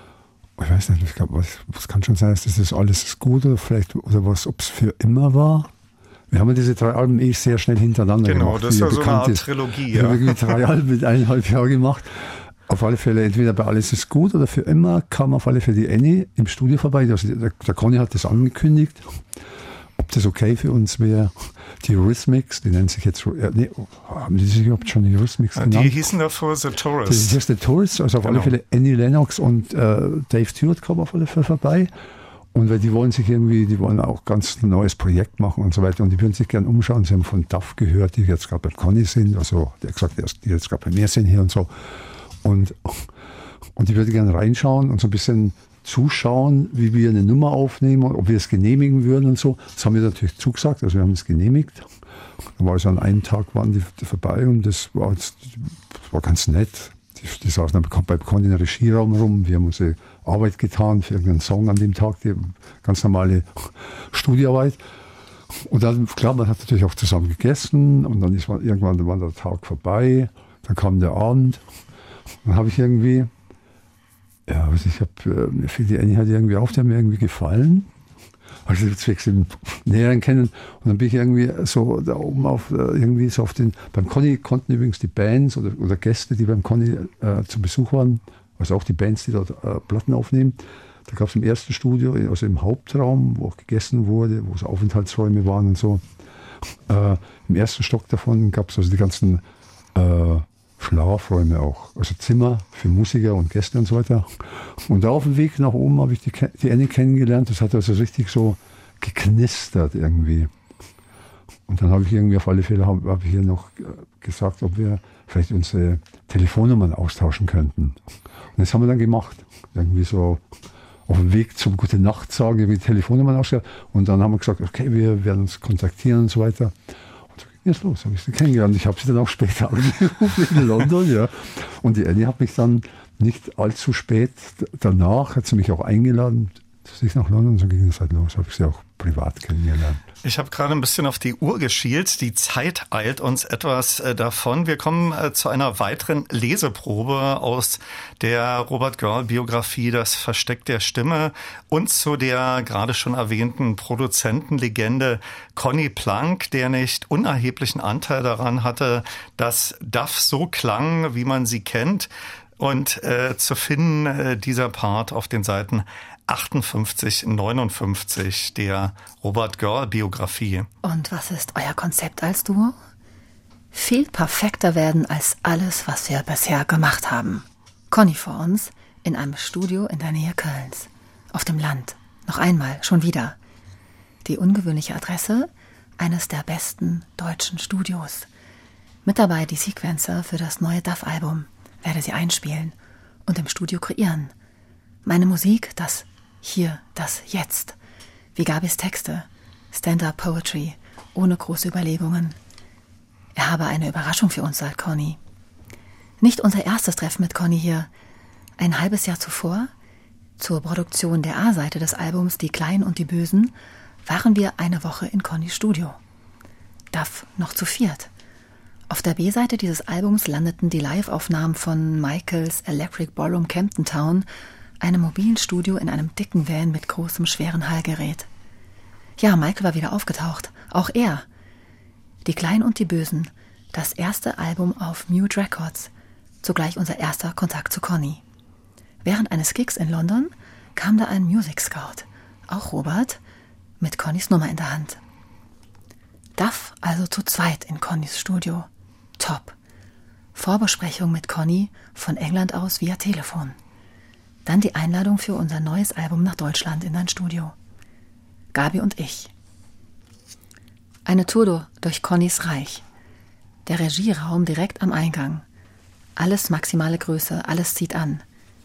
Ich weiß nicht, ich glaube, was kann schon sein, dass das alles gut oder vielleicht, oder was, ob es für immer war. Wir haben diese 3 Alben sehr schnell hintereinander gemacht. Genau, das ist ja so eine Art Trilogie. Wir haben irgendwie 3 Alben mit 1,5 Jahren gemacht. Auf alle Fälle, entweder bei Alles ist gut oder für immer, kam auf alle Fälle die Annie im Studio vorbei. Also der Conny hat das angekündigt, ob das okay für uns wäre. Die Eurythmics, die nennen sich jetzt, haben die sich überhaupt schon die Eurythmics genannt? Die hießen davor The Tourists. Das ist The Tourists, also auf alle Fälle Annie Lennox und Dave Stewart kamen auf alle Fälle vorbei. Und weil die wollen auch ganz ein neues Projekt machen und so weiter. Und die würden sich gerne umschauen. Sie haben von Duff gehört, die jetzt gerade beim Conny sind. Also der hat gesagt, die jetzt gerade bei mir sind hier und so. Und die würde gerne reinschauen und so ein bisschen zuschauen, wie wir eine Nummer aufnehmen, ob wir es genehmigen würden und so. Das haben wir natürlich zugesagt, also wir haben es genehmigt. Dann war es an einem Tag, waren die vorbei und das war ganz nett. Die saßen dann bei Conny in den Regieraum rum, wir haben unsere Arbeit getan für irgendeinen Song an dem Tag, die ganz normale Studioarbeit. Und dann, klar, man hat natürlich auch zusammen gegessen und dann irgendwann war der Tag vorbei, dann kam der Abend. Dann habe ich irgendwie, die Annie hat irgendwie auf, der hat mir irgendwie gefallen. Also jetzt wechseln näheren kennen. Und dann bin ich irgendwie so da oben beim Conny konnten übrigens die Bands oder Gäste, die beim Conny zu Besuch waren, also auch die Bands, die dort Platten aufnehmen. Da gab es im ersten Studio, also im Hauptraum, wo auch gegessen wurde, wo so Aufenthaltsräume waren und so. Im ersten Stock davon gab es also die ganzen Schlafräume auch, also Zimmer für Musiker und Gäste und so weiter. Und da auf dem Weg nach oben habe ich die Annie kennengelernt. Das hat also richtig so geknistert irgendwie. Und dann habe ich irgendwie auf alle Fälle habe ich hier noch gesagt, ob wir vielleicht unsere Telefonnummern austauschen könnten. Und das haben wir dann gemacht. Irgendwie so auf dem Weg zum Gute Nacht sagen, irgendwie Telefonnummern ausgehört. Und dann haben wir gesagt, okay, wir werden uns kontaktieren und so weiter. Jetzt los, habe ich sie kennengelernt. Ich habe sie dann auch später angerufen in London, ja. Und die Annie hat mich dann nicht allzu spät danach, hat sie mich auch eingeladen zu sich nach London. So ging es halt los, habe ich sie auch privat kennengelernt. Ich habe gerade ein bisschen auf die Uhr geschielt. Die Zeit eilt uns etwas davon. Wir kommen zu einer weiteren Leseprobe aus der Robert Görl-Biografie Das Versteck der Stimme und zu der gerade schon erwähnten Produzentenlegende Conny Plank, der nicht unerheblichen Anteil daran hatte, dass Duff so klang, wie man sie kennt. Und zu finden dieser Part auf den Seiten 58, 59 der Robert Görl-Biografie. Und was ist euer Konzept als Duo? Viel perfekter werden als alles, was wir bisher gemacht haben. Conny vor uns in einem Studio in der Nähe Kölns. Auf dem Land. Noch einmal, schon wieder. Die ungewöhnliche Adresse eines der besten deutschen Studios. Mit dabei die Sequencer für das neue Duff-Album. Werde sie einspielen und im Studio kreieren. Meine Musik, das Hier, das Jetzt. Wie Gabis Texte, Stand-up-Poetry, ohne große Überlegungen. Er habe eine Überraschung für uns, sagt Conny. Nicht unser erstes Treffen mit Conny hier. Ein halbes Jahr zuvor, zur Produktion der A-Seite des Albums Die Kleinen und die Bösen, waren wir eine Woche in Connys Studio. Duff noch zu viert. Auf der B-Seite dieses Albums landeten die Live-Aufnahmen von Michaels Electric Ballroom Camden Town, einem mobilen Studio in einem dicken Van mit großem, schweren Hallgerät. Ja, Michael war wieder aufgetaucht. Auch er. Die Kleinen und die Bösen. Das erste Album auf Mute Records. Zugleich unser erster Kontakt zu Conny. Während eines Gigs in London kam da ein Music Scout. Auch Robert, mit Connys Nummer in der Hand. Duff also zu zweit in Connys Studio. Top. Vorbesprechung mit Conny von England aus via Telefon. Dann die Einladung für unser neues Album nach Deutschland in ein Studio. Gabi und ich. Eine Tour durch Connys Reich. Der Regieraum direkt am Eingang. Alles maximale Größe, alles zieht an.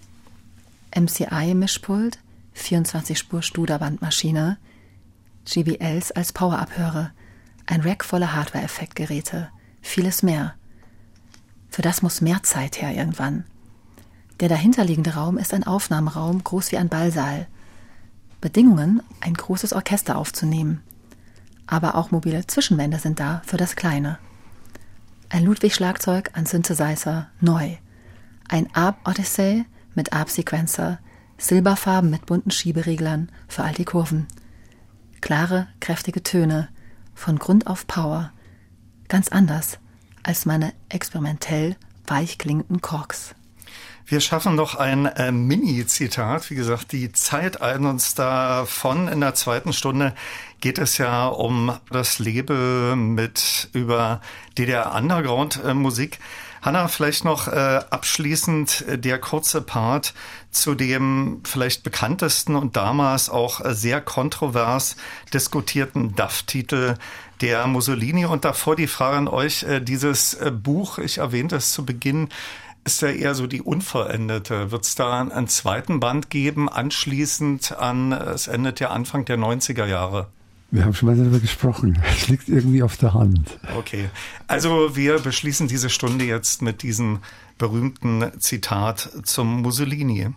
MCI-Mischpult, 24-Spur-Studerbandmaschine, GBLs als Power-Abhöre, ein Rack voller Hardware-Effektgeräte, vieles mehr. Für das muss mehr Zeit her irgendwann. Der dahinterliegende Raum ist ein Aufnahmeraum, groß wie ein Ballsaal. Bedingungen, ein großes Orchester aufzunehmen. Aber auch mobile Zwischenwände sind da für das Kleine. Ein Ludwig-Schlagzeug, ein Synthesizer, neu. Ein Arp-Odyssey mit Arp-Sequencer, Silberfarben mit bunten Schiebereglern für all die Kurven. Klare, kräftige Töne, von Grund auf Power. Ganz anders als meine experimentell weich klingenden Korks. Wir schaffen noch ein Mini-Zitat. Wie gesagt, die Zeit eilt uns davon. In der zweiten Stunde geht es ja um das Label über DDR-Underground-Musik. Hanna, vielleicht noch abschließend der kurze Part zu dem vielleicht bekanntesten und damals auch sehr kontrovers diskutierten DAF-Titel der Mussolini. Und davor die Frage an euch, dieses Buch, ich erwähnte es zu Beginn, ist ja eher so die unvollendete. Wird es da einen zweiten Band geben, anschließend es endet ja Anfang der 90er Jahre? Wir haben schon mal darüber gesprochen. Es liegt irgendwie auf der Hand. Okay, also wir beschließen diese Stunde jetzt mit diesem berühmten Zitat zum Mussolini.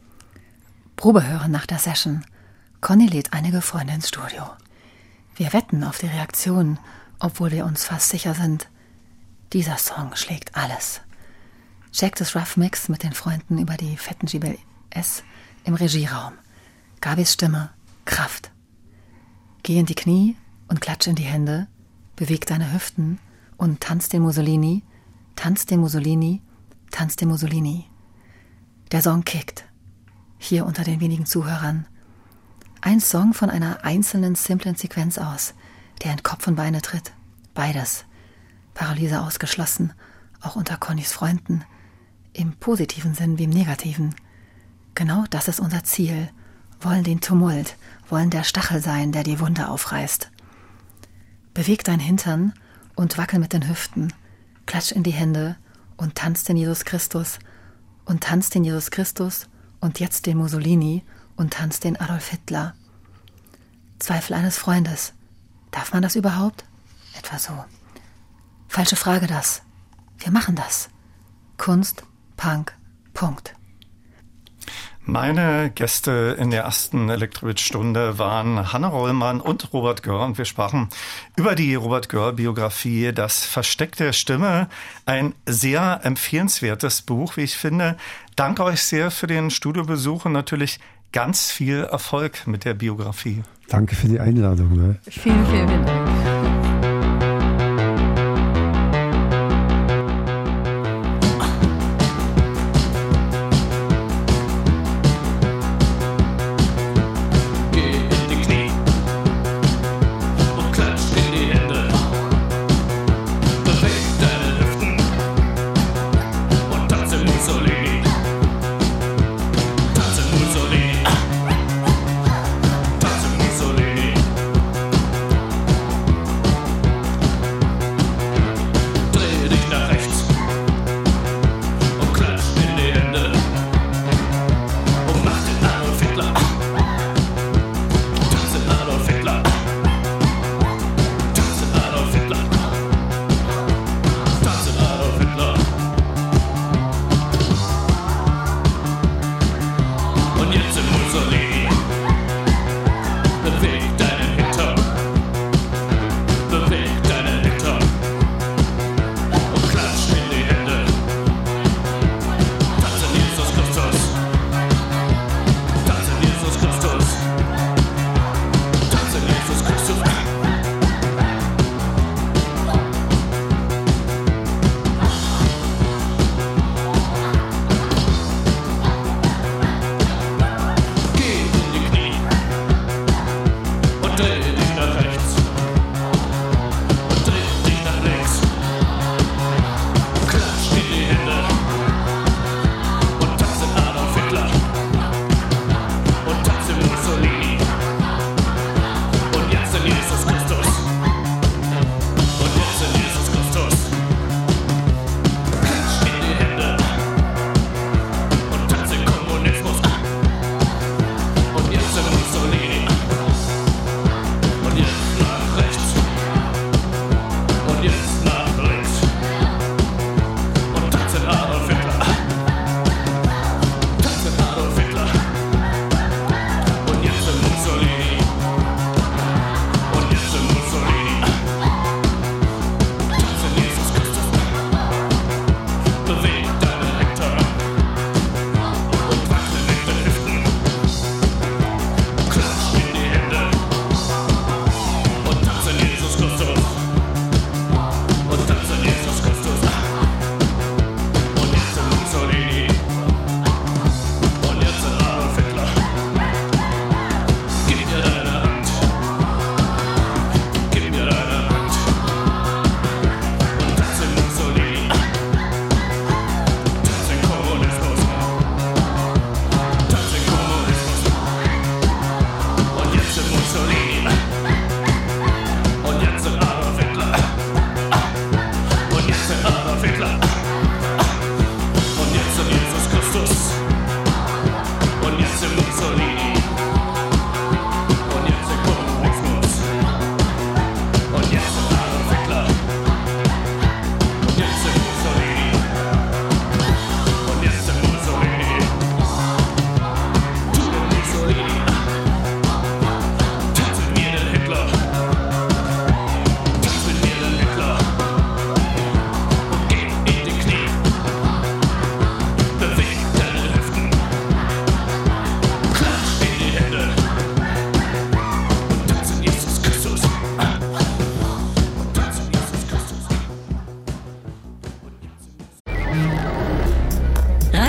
Probe hören nach der Session. Conny lädt einige Freunde ins Studio. Wir wetten auf die Reaktion, obwohl wir uns fast sicher sind, dieser Song schlägt alles. Check das Rough Mix mit den Freunden über die fetten GBS im Regieraum. Gabis Stimme, Kraft. Geh in die Knie und klatsch in die Hände, beweg deine Hüften und tanz den Mussolini, tanz den Mussolini, tanz den Mussolini. Der Song kickt. Hier unter den wenigen Zuhörern. Ein Song von einer einzelnen, simplen Sequenz aus, der in Kopf und Beine tritt. Beides. Paralyse ausgeschlossen, auch unter Connys Freunden. Im positiven Sinn wie im negativen. Genau das ist unser Ziel. Wollen den Tumult, wollen der Stachel sein, der die Wunde aufreißt. Beweg dein Hintern und wackel mit den Hüften. Klatsch in die Hände und tanz den Jesus Christus. Und tanz den Jesus Christus und jetzt den Mussolini und tanz den Adolf Hitler. Zweifel eines Freundes. Darf man das überhaupt? Etwa so. Falsche Frage das. Wir machen das. Kunst, Punk, Punkt. Meine Gäste in der ersten Elektrowitz-Stunde waren Hanna Rollmann und Robert Görl. Und wir sprachen über die Robert Görl-Biografie Das Versteck der Stimme. Ein sehr empfehlenswertes Buch, wie ich finde. Danke euch sehr für den Studiobesuch und natürlich ganz viel Erfolg mit der Biografie. Danke für die Einladung. Ne? Vielen, vielen Dank.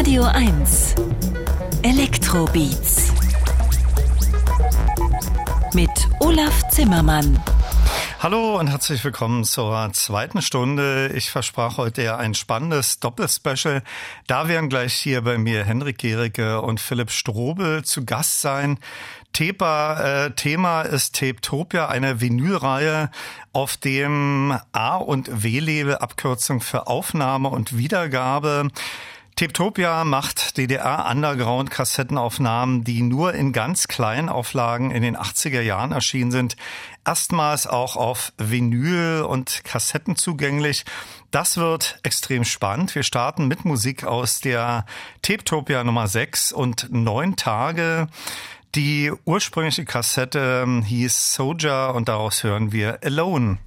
Radio 1 Elektrobeats mit Olaf Zimmermann. Hallo und herzlich willkommen zur zweiten Stunde. Ich versprach heute ja ein spannendes Doppelspecial. Da werden gleich hier bei mir Henrik Gericke und Philipp Strobel zu Gast sein. Thema ist Tapetopia, eine Vinylreihe, auf dem A- und W-Label, Abkürzung für Aufnahme und Wiedergabe. Tapetopia macht DDR-Underground-Kassettenaufnahmen, die nur in ganz kleinen Auflagen in den 80er Jahren erschienen sind, erstmals auch auf Vinyl und Kassetten zugänglich. Das wird extrem spannend. Wir starten mit Musik aus der Tapetopia Nummer 6 und 9 Tage. Die ursprüngliche Kassette hieß Soldier und daraus hören wir Alone.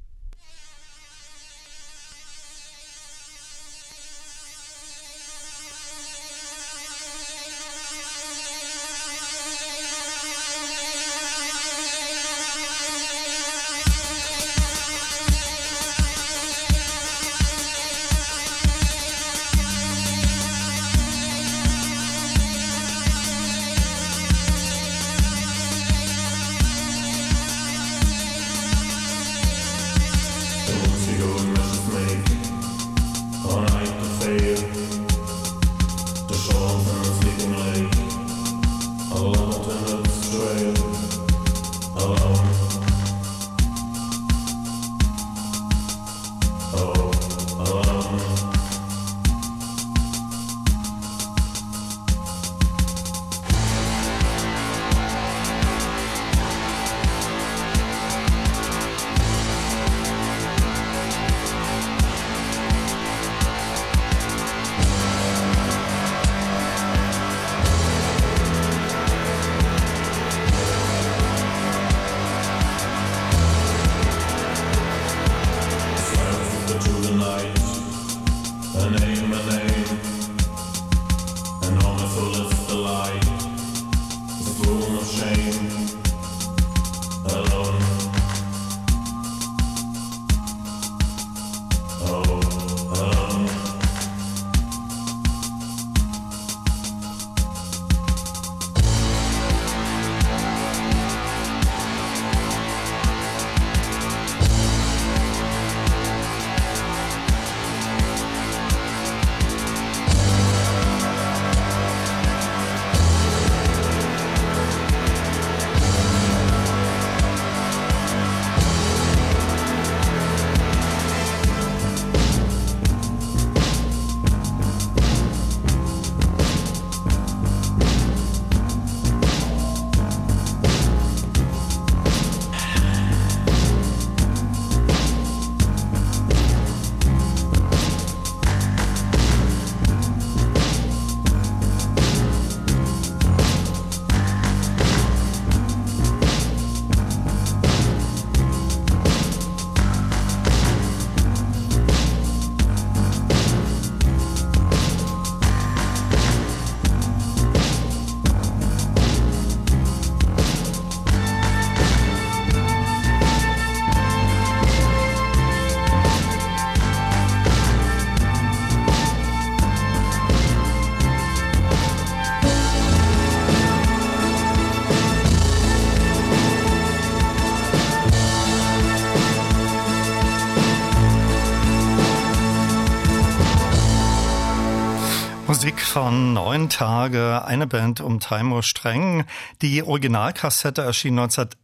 Musik von 9 Tage, eine Band um Taimo Streng. Die Originalkassette erschien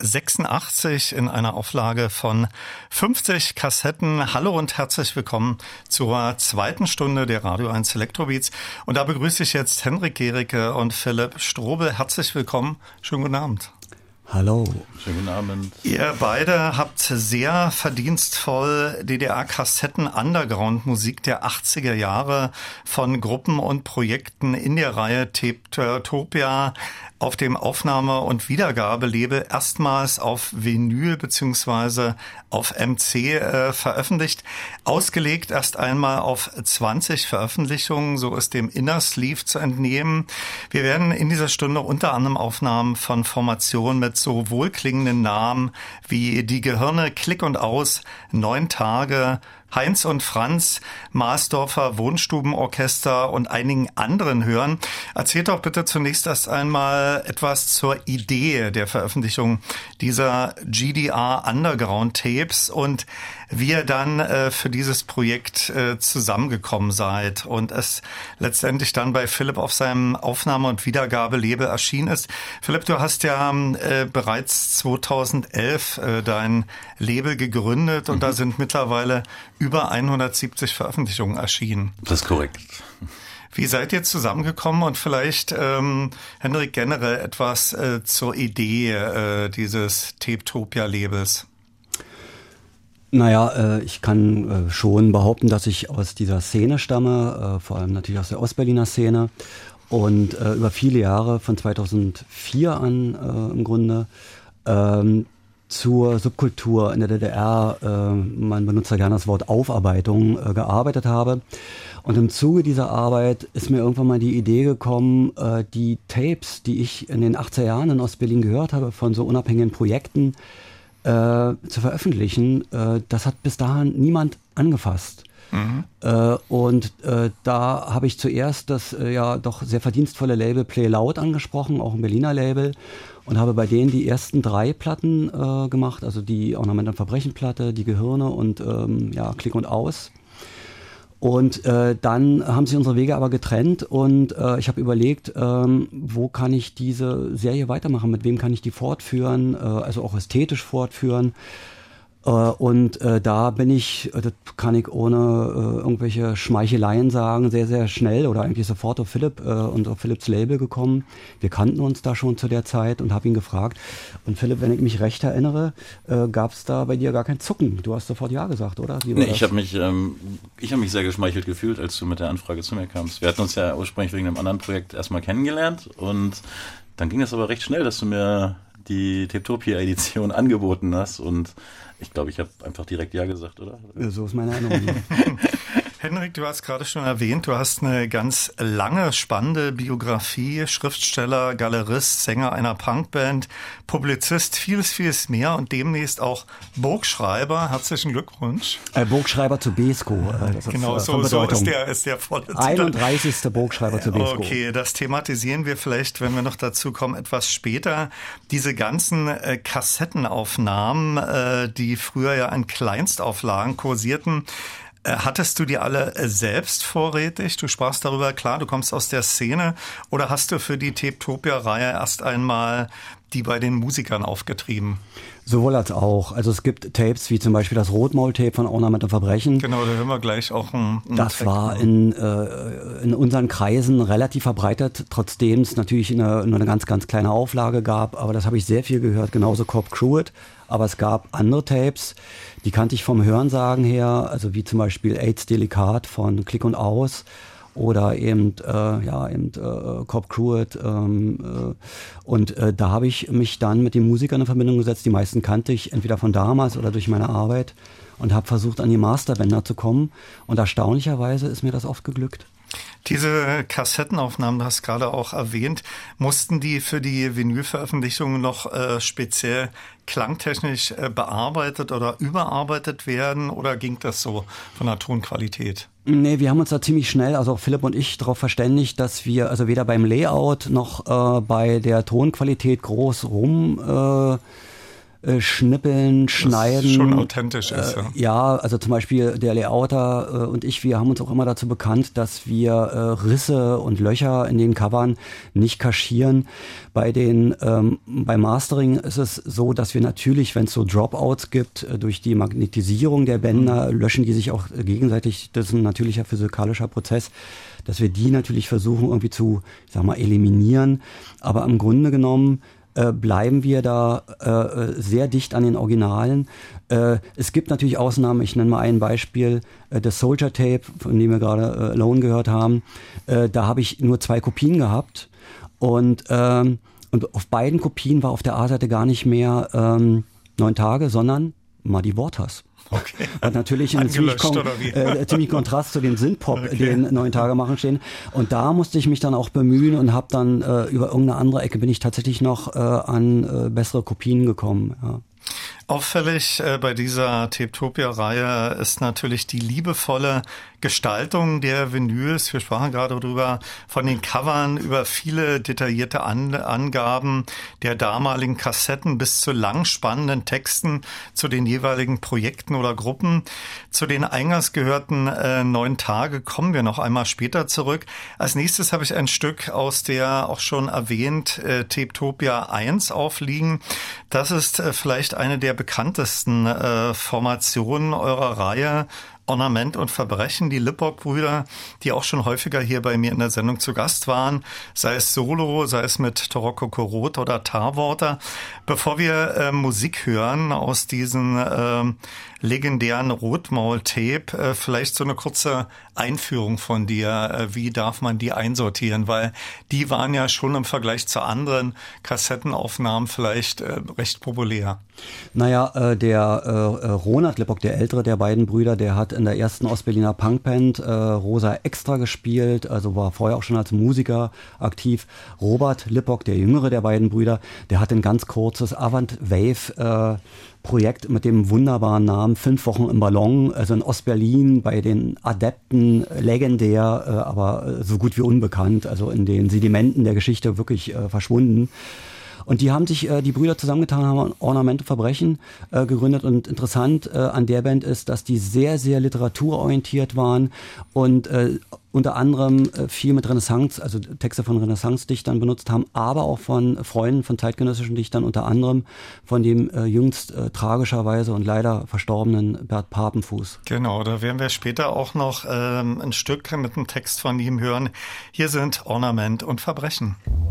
1986 in einer Auflage von 50 Kassetten. Hallo und herzlich willkommen zur zweiten Stunde der Radio 1 Elektrobeats. Und da begrüße ich jetzt Henrik Gericke und Philipp Strobel. Herzlich willkommen. Schönen guten Abend. Hallo. Schönen guten Abend. Ihr beide habt sehr verdienstvoll DDR-Kassetten-Underground-Musik der 80er Jahre von Gruppen und Projekten in der Reihe Tapetopia auf dem Aufnahme- und Wiedergabelabel erstmals auf Vinyl bzw. auf MC veröffentlicht. Ausgelegt erst einmal auf 20 Veröffentlichungen, so ist dem Inner Sleeve zu entnehmen. Wir werden in dieser Stunde unter anderem Aufnahmen von Formationen mit mit so wohlklingenden Namen wie Die Gehirne, Klick und Aus, 9 Tage, Heinz und Franz, Marsdorfer Wohnstubenorchester und einigen anderen hören. Erzählt doch bitte zunächst erst einmal etwas zur Idee der Veröffentlichung dieser GDR Underground Tapes und wie ihr dann für dieses Projekt zusammengekommen seid und es letztendlich dann bei Philipp auf seinem Aufnahme- und Wiedergabelabel erschienen ist. Philipp, du hast ja bereits 2011 dein Label gegründet und da sind mittlerweile über 170 Veröffentlichungen erschienen. Das ist korrekt. Wie seid ihr zusammengekommen und vielleicht, Henrik, generell etwas zur Idee dieses Tapetopia-Labels? Naja, ich kann schon behaupten, dass ich aus dieser Szene stamme, vor allem natürlich aus der Ostberliner Szene und über viele Jahre, von 2004 an im Grunde, zur Subkultur in der DDR, man benutzt ja gerne das Wort Aufarbeitung, gearbeitet habe. Und im Zuge dieser Arbeit ist mir irgendwann mal die Idee gekommen, die Tapes, die ich in den 80er Jahren in Ostberlin gehört habe, von so unabhängigen Projekten, zu veröffentlichen, das hat bis dahin niemand angefasst. Mhm. Und da habe ich zuerst das ja doch sehr verdienstvolle Label Play Loud angesprochen, auch ein Berliner Label, und habe bei denen die ersten 3 Platten gemacht, also die Ornament- und Verbrechen-Platte, die Gehirne und ja, Klick und Aus. Und dann haben sich unsere Wege aber getrennt und ich habe überlegt, wo kann ich diese Serie weitermachen, mit wem kann ich die fortführen, also auch ästhetisch fortführen. Und da bin ich, das kann ich ohne irgendwelche Schmeicheleien sagen, sehr, sehr schnell oder eigentlich sofort auf Philipp und auf Philipps Label gekommen. Wir kannten uns da schon zu der Zeit und habe ihn gefragt. Und Philipp, wenn ich mich recht erinnere, gab es da bei dir gar kein Zucken. Du hast sofort Ja gesagt, oder? Nee, ich habe mich sehr geschmeichelt gefühlt, als du mit der Anfrage zu mir kamst. Wir hatten uns ja ursprünglich wegen einem anderen Projekt erstmal kennengelernt und dann ging es aber recht schnell, dass du mir die Tapetopia-Edition angeboten hast und ich glaube, ich habe einfach direkt Ja gesagt, oder? So ist meine Erinnerung. Henrik, du hast gerade schon erwähnt, du hast eine ganz lange, spannende Biografie, Schriftsteller, Galerist, Sänger einer Punkband, Publizist, vieles, vieles mehr und demnächst auch Burgschreiber. Herzlichen Glückwunsch. Burgschreiber zu Beeskow. Genau, so ist der volle Titel. 31. Burgschreiber zu Beeskow. Okay, das thematisieren wir vielleicht, wenn wir noch dazu kommen, etwas später. Diese ganzen Kassettenaufnahmen, die früher ja in Kleinstauflagen kursierten, hattest du die alle selbst vorrätig? Du sprachst darüber, klar, du kommst aus der Szene. Oder hast du für die Tapetopia-Reihe erst einmal die bei den Musikern aufgetrieben? Sowohl als auch. Also es gibt Tapes wie zum Beispiel das Rotmaul-Tape von Ornament und Verbrechen. Genau, da hören wir gleich auch ein Das Track. War in unseren Kreisen relativ verbreitet, trotzdem es natürlich nur eine ganz, ganz kleine Auflage gab. Aber das habe ich sehr viel gehört, genauso Cop Cruet. Aber es gab andere Tapes, die kannte ich vom Hörensagen her, also wie zum Beispiel AIDS Delikat von Klick und Aus oder eben Cop Cruet. Und da habe ich mich dann mit den Musikern in Verbindung gesetzt. Die meisten kannte ich entweder von damals oder durch meine Arbeit und habe versucht, an die Masterbänder zu kommen. Und erstaunlicherweise ist mir das oft geglückt. Diese Kassettenaufnahmen, du hast gerade auch erwähnt, mussten die für die Vinylveröffentlichung noch speziell klangtechnisch bearbeitet oder überarbeitet werden oder ging das so von der Tonqualität? Nee, wir haben uns da ziemlich schnell, also Philipp und ich, darauf verständigt, dass wir also weder beim Layout noch bei der Tonqualität groß schnippeln, schneiden. Das schon authentisch ist, ja. Ja, also zum Beispiel der Layouter und ich, wir haben uns auch immer dazu bekannt, dass wir Risse und Löcher in den Covern nicht kaschieren. Beim Mastering ist es so, dass wir natürlich, wenn es so Dropouts gibt, durch die Magnetisierung der Bänder, löschen die sich auch gegenseitig. Das ist ein natürlicher physikalischer Prozess, dass wir die natürlich versuchen irgendwie zu, eliminieren. Aber im Grunde genommen bleiben wir da sehr dicht an den Originalen. Es gibt natürlich Ausnahmen, ich nenne mal ein Beispiel, das Soldier Tape, von dem wir gerade Alone gehört haben. Da habe ich nur 2 Kopien gehabt und auf beiden Kopien war auf der A-Seite gar nicht mehr 9 Tage, sondern Muddy Waters. Okay. Und natürlich ein ziemlich Kontrast zu dem Synthpop, den 9 Tage machen stehen. Und da musste ich mich dann auch bemühen und habe dann über irgendeine andere Ecke bin ich tatsächlich noch an bessere Kopien gekommen. Ja. Auffällig bei dieser Tapetopia-Reihe ist natürlich die liebevolle Gestaltung der Vinyls. Wir sprachen gerade drüber, von den Covern über viele detaillierte Angaben der damaligen Kassetten bis zu lang spannenden Texten zu den jeweiligen Projekten oder Gruppen. Zu den eingangs gehörten 9 Tage kommen wir noch einmal später zurück. Als nächstes habe ich ein Stück aus der auch schon erwähnt Tapetopia 1 aufliegen. Das ist vielleicht eine der bekanntesten Formationen eurer Reihe. Ornament und Verbrechen, die Lippock-Brüder, die auch schon häufiger hier bei mir in der Sendung zu Gast waren, sei es solo, sei es mit Toroko Korot oder Tarwater. Bevor wir Musik hören aus diesen legendären Rotmaul-Tape, vielleicht so eine kurze Einführung von dir. Wie darf man die einsortieren? Weil die waren ja schon im Vergleich zu anderen Kassettenaufnahmen vielleicht recht populär. Naja, der Ronald Lippock, der ältere der beiden Brüder, der hat in der ersten Ostberliner Punkband Rosa Extra gespielt, also war vorher auch schon als Musiker aktiv. Robert Lippock, der jüngere der beiden Brüder, der hat ein ganz kurzes Avant-Wave Projekt mit dem wunderbaren Namen 5 Wochen im Ballon, also in Ostberlin bei den Adepten legendär, aber so gut wie unbekannt, also in den Sedimenten der Geschichte wirklich verschwunden. Und die haben sich, die Brüder zusammengetan, haben Ornament und Verbrechen gegründet. Und interessant an der Band ist, dass die sehr, sehr literaturorientiert waren und unter anderem viel mit Renaissance, also Texte von Renaissance-Dichtern benutzt haben, aber auch von Freunden von zeitgenössischen Dichtern, unter anderem von dem jüngst tragischerweise und leider verstorbenen Bert Papenfuß. Genau, da werden wir später auch noch ein Stück mit einem Text von ihm hören. Hier sind Ornament und Verbrechen.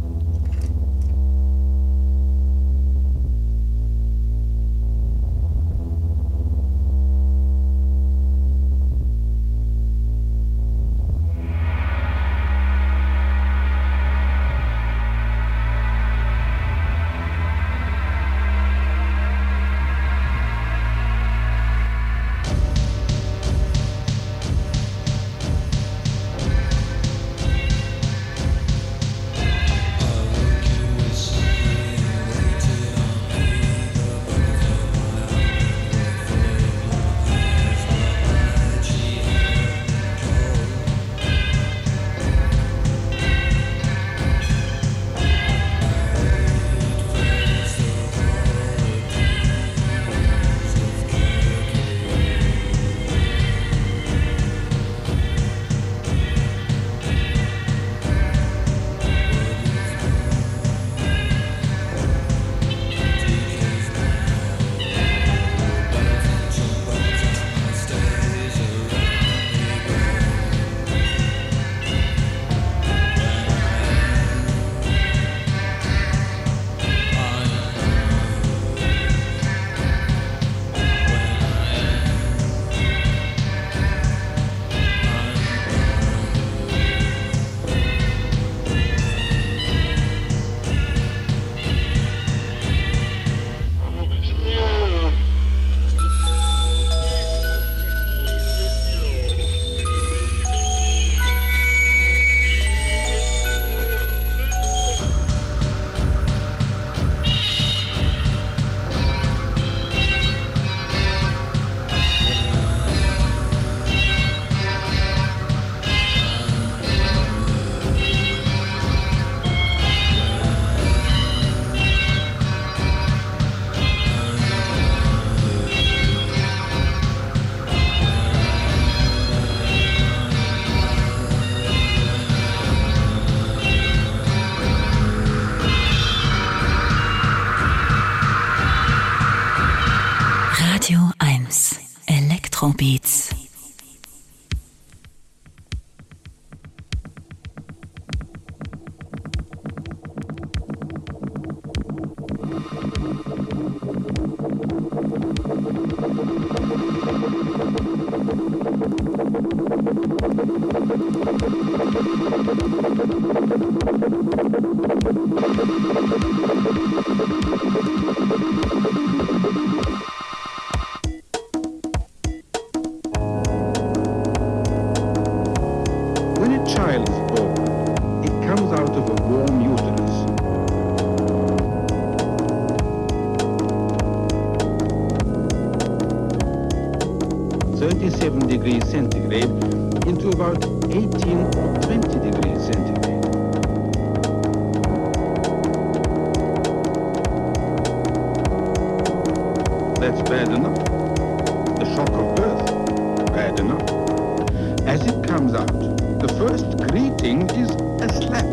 Elektrobeats. 37 degrees centigrade into about 18 or 20 degrees centigrade. That's bad enough. The shock of birth, bad enough. As it comes out, the first greeting is a slap.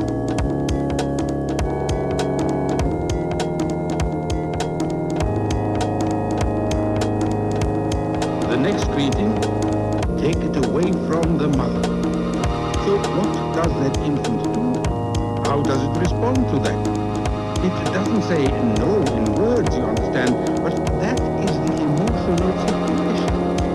The next greeting, take it away from the mother. So what does that infant do? How does it respond to that? It doesn't say no in words, you understand, but that is the emotional situation.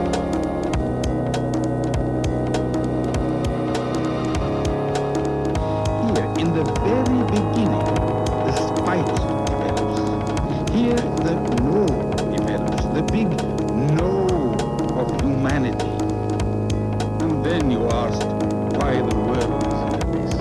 Here, in the very beginning, the spite develops. Here, the no develops, the big no of humanity. And then you ask why the world is like this.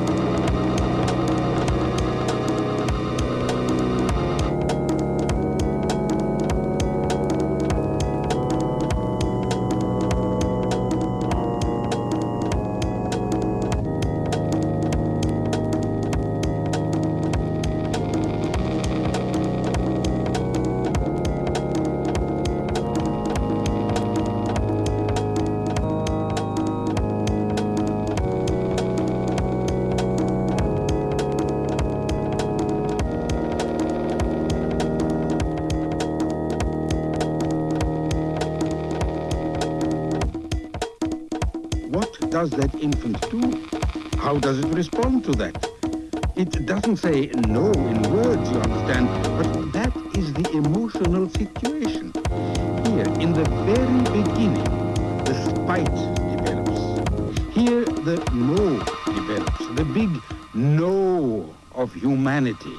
Does that infant do? How does it respond to that? It doesn't say no in words, you understand, but that is the emotional situation. Here, in the very beginning, the spite develops. Here, the no develops, the big no of humanity.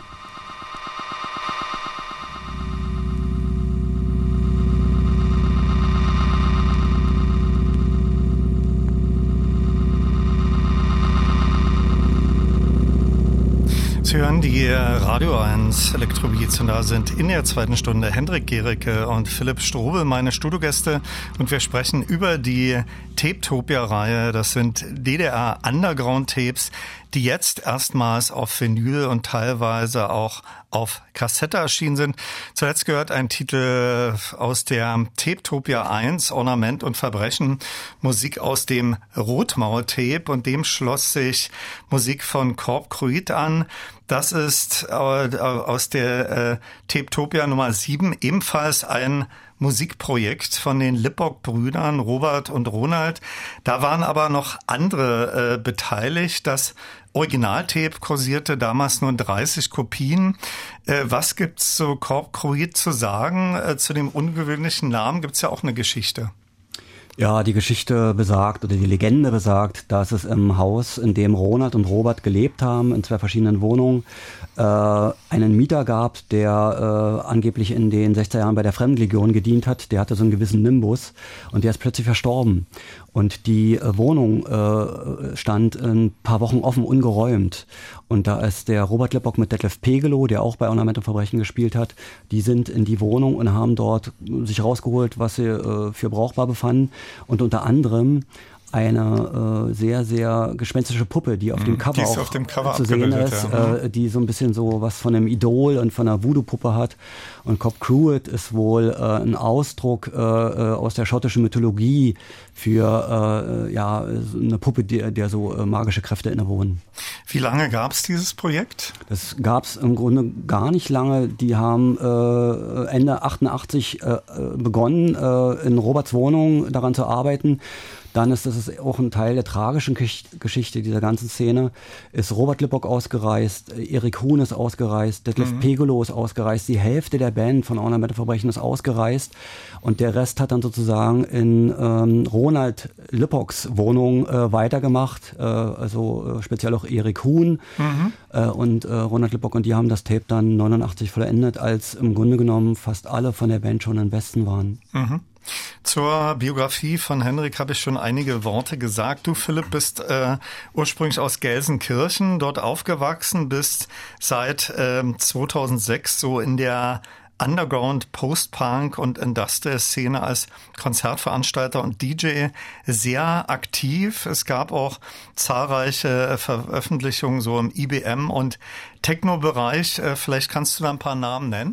Sie hören die Radio 1 Elektrobeats und da sind in der zweiten Stunde Hendrik Gericke und Philipp Strobel meine Studiogäste und wir sprechen über die Tapetopia-Reihe. Das sind DDR-Underground-Tapes, die jetzt erstmals auf Vinyl und teilweise auch auf Kassette erschienen sind. Zuletzt gehört ein Titel aus der Tapetopia 1, Ornament und Verbrechen, Musik aus dem Rotmaul-Tape und dem schloss sich Musik von Corp Kruid an. Das ist aus der Tapetopia Nummer 7 ebenfalls ein Musikprojekt von den Lippock-Brüdern Robert und Ronald. Da waren aber noch andere beteiligt. Das Originaltape kursierte damals nur 30 Kopien. Was gibt's zu Corp Kruid zu sagen? Zu dem ungewöhnlichen Namen gibt's ja auch eine Geschichte. Ja, die Geschichte besagt oder die Legende besagt, dass es im Haus, in dem Ronald und Robert gelebt haben, in 2 verschiedenen Wohnungen, einen Mieter gab, der angeblich in den 60er Jahren bei der Fremdenlegion gedient hat. Der hatte so einen gewissen Nimbus und der ist plötzlich verstorben. Und die Wohnung stand ein paar Wochen offen, ungeräumt. Und da ist der Robert Lippock mit Detlef Pegelow, der auch bei Ornament und Verbrechen gespielt hat, die sind in die Wohnung und haben dort sich rausgeholt, was sie für brauchbar befanden. Und unter anderem eine sehr, sehr gespenstische Puppe, die auf dem Cover auch auf dem Cover zu sehen ist, ja. Die so ein bisschen so was von einem Idol und von einer Voodoo-Puppe hat. Und Corp Kruid ist wohl ein Ausdruck aus der schottischen Mythologie für eine Puppe, der so magische Kräfte innewohnen. Wie lange gab es dieses Projekt? Das gab es im Grunde gar nicht lange. Die haben Ende 88 begonnen, in Roberts Wohnung daran zu arbeiten. Dann ist das auch ein Teil der tragischen Geschichte dieser ganzen Szene. Ist Robert Lippock ausgereist, Erik Huhn ist ausgereist, Detlef Pegelow ist ausgereist, die Hälfte der Band von Ornament und Verbrechen ist ausgereist und der Rest hat dann sozusagen in Ronald Lippocks Wohnung weitergemacht, speziell auch Erik Huhn und Ronald Lippock, und die haben das Tape dann 89 vollendet, als im Grunde genommen fast alle von der Band schon im Westen waren. Mhm. Zur Biografie von Hendrik habe ich schon einige Worte gesagt. Du, Philipp, bist ursprünglich aus Gelsenkirchen, dort aufgewachsen, bist seit 2006 so in der Underground, Post-Punk und Industrial-Szene als Konzertveranstalter und DJ sehr aktiv. Es gab auch zahlreiche Veröffentlichungen so im IBM- und Techno-Bereich. Vielleicht kannst du da ein paar Namen nennen?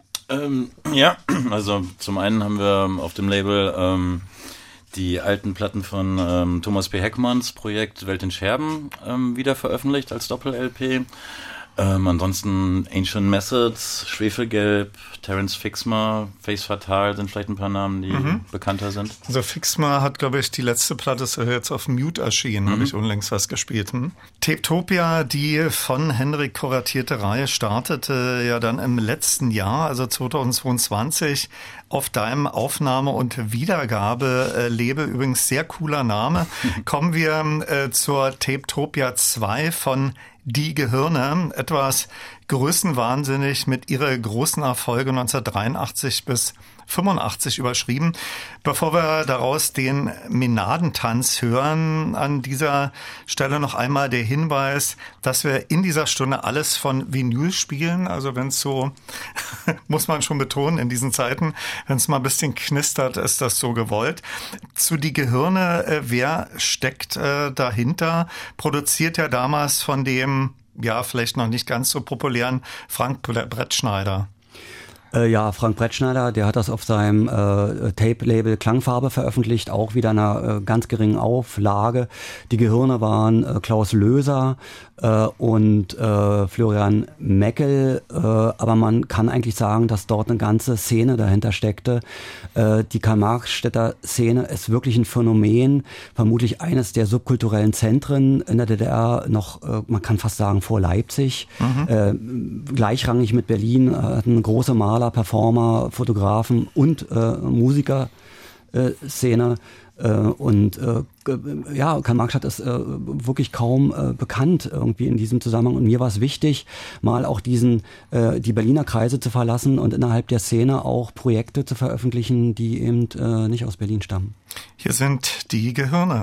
Ja, also zum einen haben wir auf dem Label die alten Platten von Thomas P. Heckmanns Projekt Welt in Scherben wieder veröffentlicht als Doppel-LP. Ansonsten Ancient Methods, Schwefelgelb, Terence Fixmer, Face Fatal sind vielleicht ein paar Namen, die bekannter sind. Also Fixmer hat, glaube ich, die letzte Platte ist jetzt auf Mute erschienen, habe ich unlängst was gespielt. Tapetopia, die von Henrik kuratierte Reihe, startete ja dann im letzten Jahr, also 2022, auf deinem Aufnahme- und Wiedergabe-Label, übrigens sehr cooler Name. Kommen wir zur Tapetopia 2 von Die Gehirne, etwas größenwahnsinnig mit ihrer großen Erfolge 1983 bis 85 überschrieben. Bevor wir daraus den Menadentanz hören, an dieser Stelle noch einmal der Hinweis, dass wir in dieser Stunde alles von Vinyl spielen. Also wenn es so, muss man schon betonen in diesen Zeiten, wenn es mal ein bisschen knistert, ist das so gewollt. Zu Die Gehirne, wer steckt dahinter? Produziert ja damals von dem, ja, vielleicht noch nicht ganz so populären Frank Brettschneider. Ja, Frank Brettschneider, der hat das auf seinem Tape-Label Klangfarbe veröffentlicht, auch wieder in einer ganz geringen Auflage. Die Gehirne waren Klaus Löser und Florian Meckel, aber man kann eigentlich sagen, dass dort eine ganze Szene dahinter steckte. Die Karl-Marx-Städter Szene ist wirklich ein Phänomen, vermutlich eines der subkulturellen Zentren in der DDR, noch, man kann fast sagen, vor Leipzig. Gleichrangig mit Berlin, hatten große Maler, Performer, Fotografen und Musiker-Szene. Ja, Karl-Marx-Stadt ist wirklich kaum bekannt irgendwie in diesem Zusammenhang. Und mir war es wichtig, mal auch die Berliner Kreise zu verlassen und innerhalb der Szene auch Projekte zu veröffentlichen, die eben nicht aus Berlin stammen. Hier sind Die Gehirne.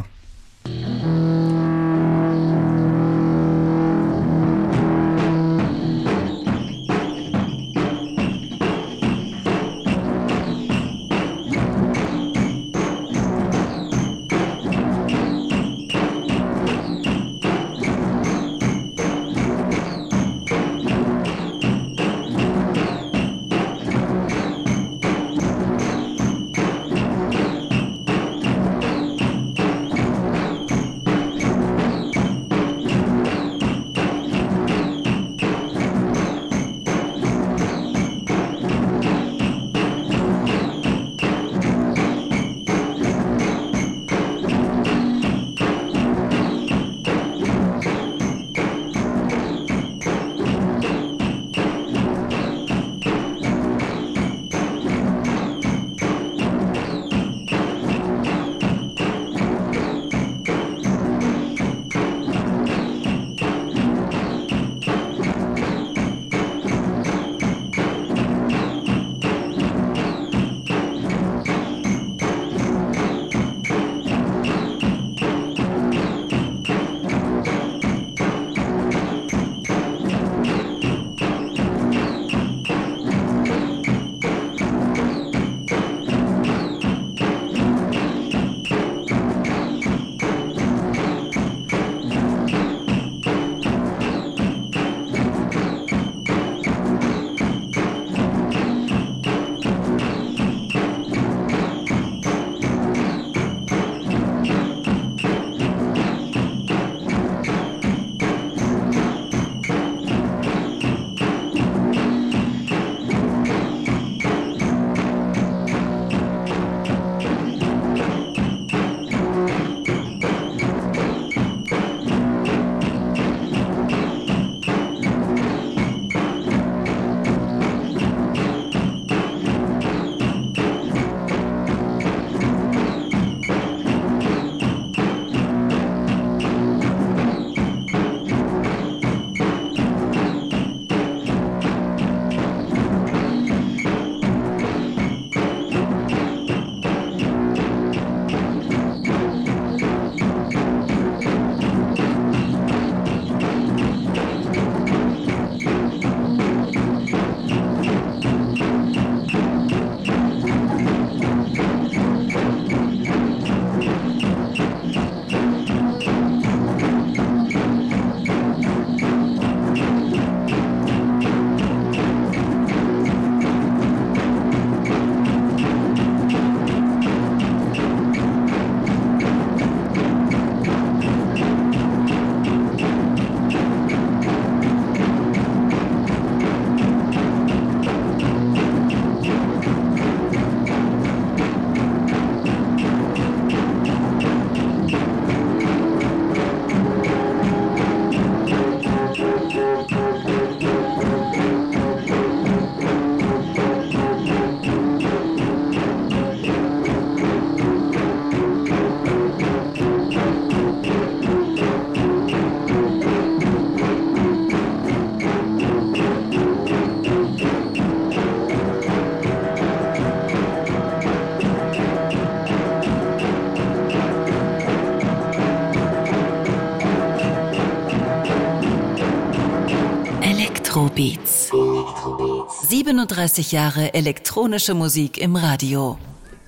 37 Jahre elektronische Musik im Radio.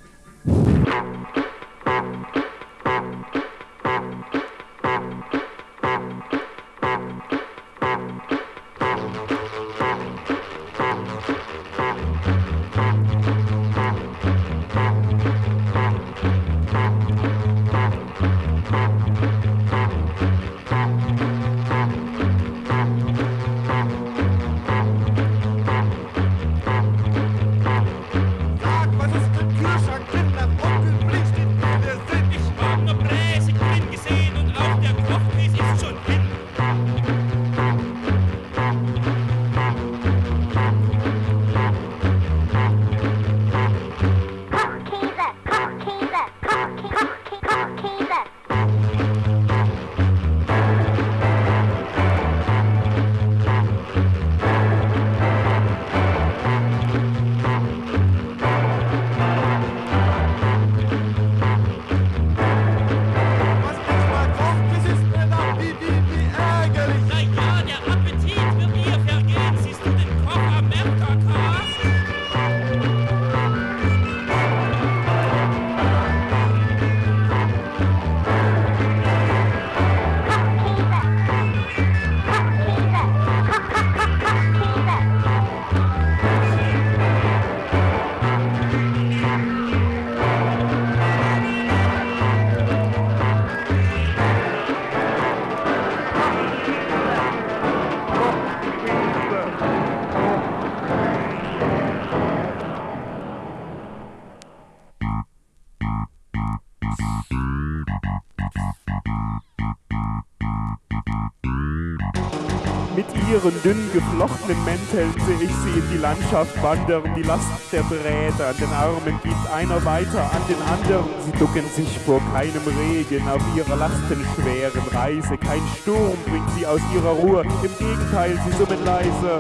ihren dünn geflochtenen Mänteln sehe ich sie in die Landschaft wandern. Die Last der Drähte an den Armen gibt einer weiter an den anderen. Sie ducken sich vor keinem Regen auf ihrer lastenschweren Reise. Kein Sturm bringt sie aus ihrer Ruhe, im Gegenteil, sie summen leise.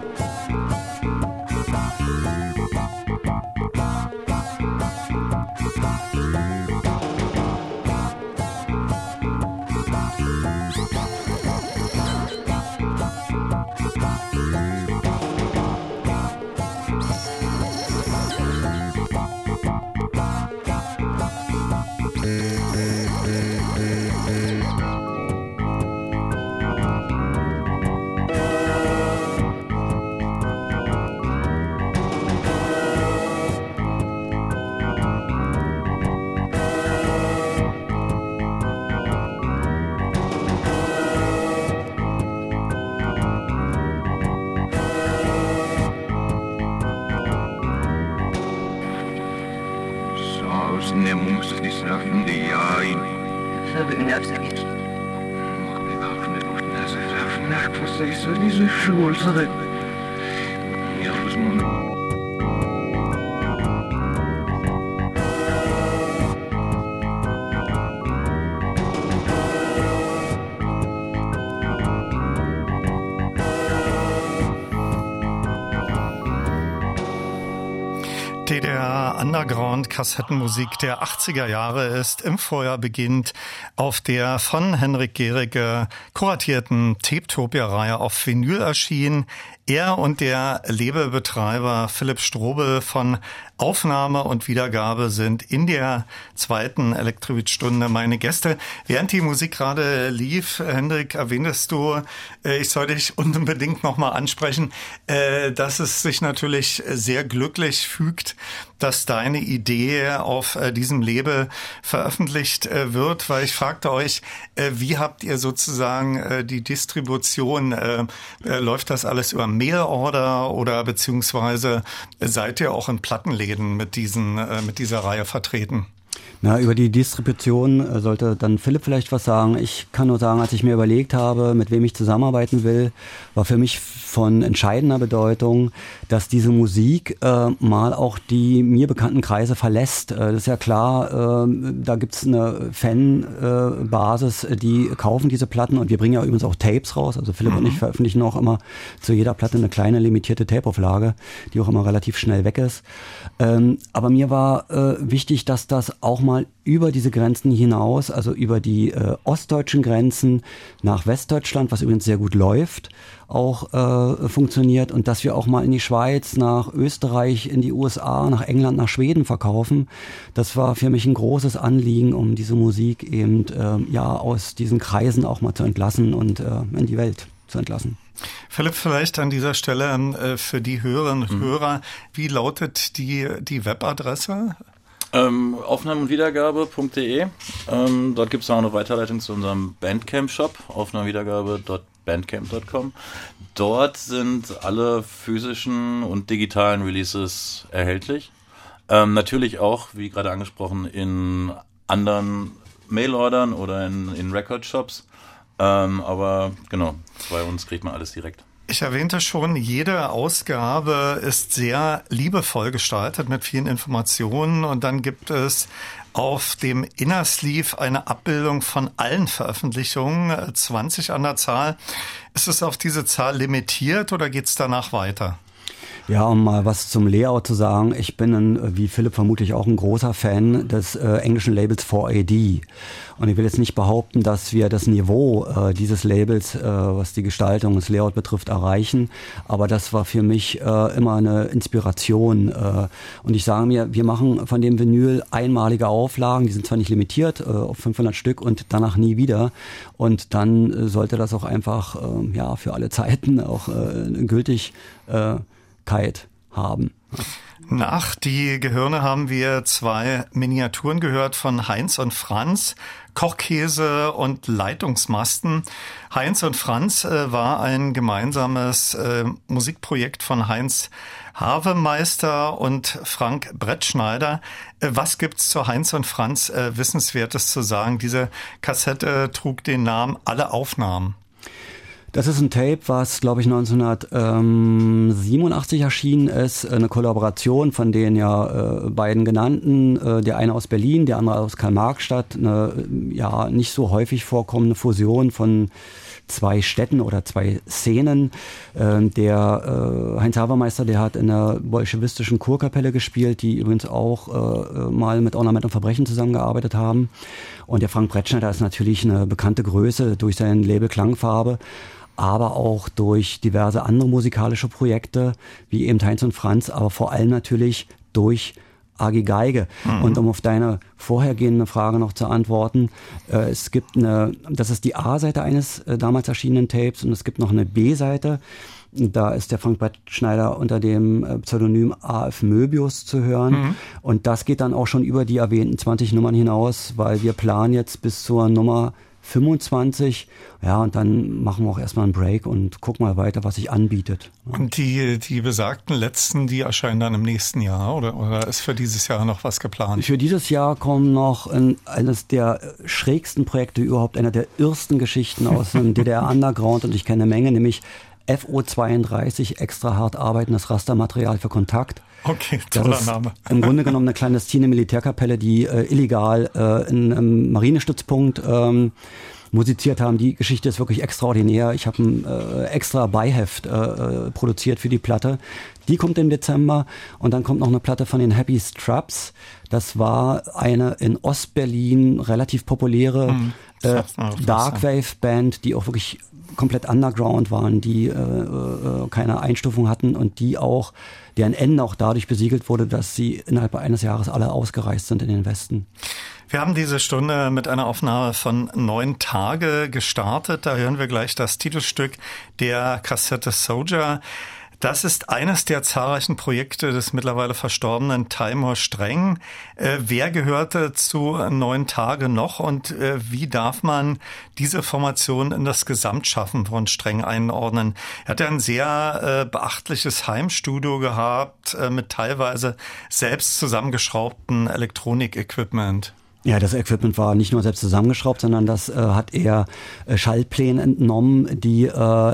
Underground-Kassettenmusik der 80er Jahre ist im Vorjahr beginnt auf der von Henrik Gehrig kuratierten Tapetopia-Reihe auf Vinyl erschienen. Er und der Labelbetreiber Philipp Strobel von Aufnahme und Wiedergabe sind in der zweiten Elektrobeat-Stunde meine Gäste. Während die Musik gerade lief, Hendrik, erwähntest du, ich soll dich unbedingt nochmal ansprechen, dass es sich natürlich sehr glücklich fügt, dass deine Idee auf diesem Label veröffentlicht wird, weil ich fragte euch, wie habt ihr sozusagen die Distribution, läuft das alles über Mailorder oder beziehungsweise seid ihr auch in Plattenläden mit dieser Reihe vertreten? Na, über die Distribution sollte dann Philipp vielleicht was sagen. Ich kann nur sagen, als ich mir überlegt habe, mit wem ich zusammenarbeiten will, war für mich von entscheidender Bedeutung, dass diese Musik mal auch die mir bekannten Kreise verlässt. Das ist ja klar, da gibt's eine Fanbasis, die kaufen diese Platten und wir bringen ja übrigens auch Tapes raus. Also Philipp und ich veröffentlichen auch immer zu jeder Platte eine kleine limitierte Tapeauflage, die auch immer relativ schnell weg ist. Aber mir war wichtig, dass das auch mal mal über diese Grenzen hinaus, also über die ostdeutschen Grenzen nach Westdeutschland, was übrigens sehr gut läuft, auch funktioniert, und dass wir auch mal in die Schweiz, nach Österreich, in die USA, nach England, nach Schweden verkaufen. Das war für mich ein großes Anliegen, um diese Musik eben aus diesen Kreisen auch mal zu entlassen und in die Welt zu entlassen. Philipp, vielleicht an dieser Stelle für die Hörerinnen und Hörer, wie lautet die Webadresse? Aufnahme- und Wiedergabe.de. Dort gibt es auch eine Weiterleitung zu unserem Bandcamp-Shop, aufnahmewiedergabe.bandcamp.com. Dort sind alle physischen und digitalen Releases erhältlich. Natürlich auch, wie gerade angesprochen, in anderen Mailordern oder in Record-Shops. Aber genau, bei uns kriegt man alles direkt. Ich erwähnte schon, jede Ausgabe ist sehr liebevoll gestaltet mit vielen Informationen, und dann gibt es auf dem Inner Sleeve eine Abbildung von allen Veröffentlichungen, 20 an der Zahl. Ist es auf diese Zahl limitiert oder geht es danach weiter? Ja, um mal was zum Layout zu sagen, ich bin, wie Philipp vermutlich auch, ein großer Fan des englischen Labels 4AD. Und ich will jetzt nicht behaupten, dass wir das Niveau dieses Labels, was die Gestaltung, das Layout betrifft, erreichen. Aber das war für mich immer eine Inspiration. Und ich sage mir, wir machen von dem Vinyl einmalige Auflagen. Die sind zwar nicht limitiert auf 500 Stück und danach nie wieder. Und dann sollte das auch einfach für alle Zeiten auch Gültigkeit haben. Nach Die Gehirne haben wir 2 Miniaturen gehört von Heinz und Franz, Kochkäse und Leitungsmasten. Heinz und Franz war ein gemeinsames Musikprojekt von Heinz Havemeister und Frank Brettschneider. Was gibt's zu Heinz und Franz Wissenswertes zu sagen? Diese Kassette trug den Namen Alle Aufnahmen. Das ist ein Tape, was, glaube ich, 1987 erschienen ist. Eine Kollaboration von den beiden genannten. Der eine aus Berlin, der andere aus Karl-Marx-Stadt. Eine nicht so häufig vorkommende Fusion von 2 Städten oder 2 Szenen. Der Heinz Havemeister, der hat in der bolschewistischen Kurkapelle gespielt, die übrigens auch mal mit Ornament und Verbrechen zusammengearbeitet haben. Und der Frank Brettschneider ist natürlich eine bekannte Größe durch sein Label Klangfarbe, aber auch durch diverse andere musikalische Projekte, wie eben Heinz und Franz, aber vor allem natürlich durch AG Geige. Und um auf deine vorhergehende Frage noch zu antworten, es gibt das ist die A-Seite eines damals erschienenen Tapes, und es gibt noch eine B-Seite. Da ist der Frank Brettschneider unter dem Pseudonym AF Möbius zu hören. Und das geht dann auch schon über die erwähnten 20 Nummern hinaus, weil wir planen jetzt bis zur Nummer 25. Ja, und dann machen wir auch erstmal einen Break und gucken mal weiter, was sich anbietet. Und die besagten letzten, die erscheinen dann im nächsten Jahr, oder ist für dieses Jahr noch was geplant? Für dieses Jahr kommen noch eines der schrägsten Projekte überhaupt, einer der irrsten Geschichten aus dem DDR-Underground, und ich kenne eine Menge, nämlich FO32, extra hart arbeitendes Rastermaterial für Kontakt. Okay, toller Name. Im Grunde genommen eine clandestine Militärkapelle, die illegal in einem Marinestützpunkt musiziert haben. Die Geschichte ist wirklich extraordinär. Ich habe ein extra Beiheft produziert für die Platte. Die kommt im Dezember, und dann kommt noch eine Platte von den Happy Straps. Das war eine in Ostberlin relativ populäre Darkwave-Band, die auch wirklich komplett underground waren, die keine Einstufung hatten und deren Ende auch dadurch besiegelt wurde, dass sie innerhalb eines Jahres alle ausgereist sind in den Westen. Wir haben diese Stunde mit einer Aufnahme von 9 Tage gestartet. Da hören wir gleich das Titelstück der Kassette Soldier. Das ist eines der zahlreichen Projekte des mittlerweile verstorbenen Taimur Streng. Wer gehörte zu 9 Tage noch, und wie darf man diese Formation in das Gesamtschaffen von Streng einordnen? Er hat ja ein sehr beachtliches Heimstudio gehabt mit teilweise selbst zusammengeschraubten Elektronik-Equipment. Ja, das Equipment war nicht nur selbst zusammengeschraubt, sondern das hat er Schallplänen entnommen, die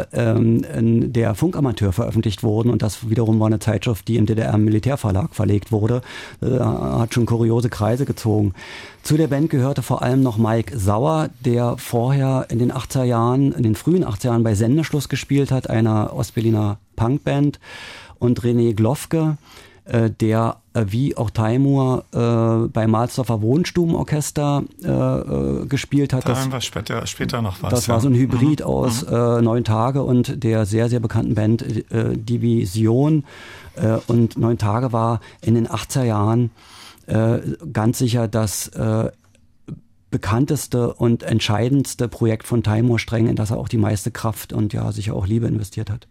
in der Funkamateur veröffentlicht wurden, und das wiederum war eine Zeitschrift, die im DDR-Militärverlag verlegt wurde. Hat schon kuriose Kreise gezogen. Zu der Band gehörte vor allem noch Mike Sauer, der vorher in den frühen 80er Jahren bei Sendeschluss gespielt hat, einer Ostberliner Punkband, und René Glofke, der wie auch Taimur bei Mahlsdorfer Wohnstubenorchester gespielt hat. Da haben wir später noch was. Das war so ein Hybrid aus 9 Tage und der sehr, sehr bekannten Band Division. Und 9 Tage war in den 80er Jahren ganz sicher das bekannteste und entscheidendste Projekt von Taimur Streng, in das er auch die meiste Kraft und ja sicher auch Liebe investiert hat.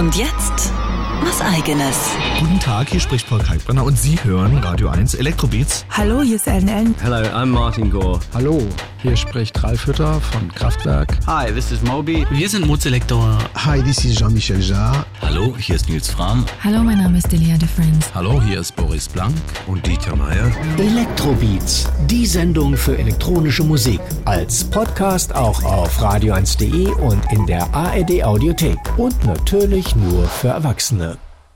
Und jetzt was Eigenes. Guten Tag, hier spricht Paul Kalkbrenner und Sie hören Radio 1 Elektrobeats. Hallo, hier ist Ellen Ellen. Hello, I'm Martin Gore. Hallo, hier spricht Ralf Hütter von Kraftwerk. Hi, this is Moby. Wir sind Mozelektor. Hi, this is Jean-Michel Jarre. Hallo, hier ist Nils Frahm. Hallo, mein Name ist Delia de Friends. Hallo, hier ist Boris Blank Und Dieter Meier. Elektrobeats, die Sendung für elektronische Musik. Als Podcast auch auf radio1.de und in der ARD Audiothek. Und natürlich nur für Erwachsene.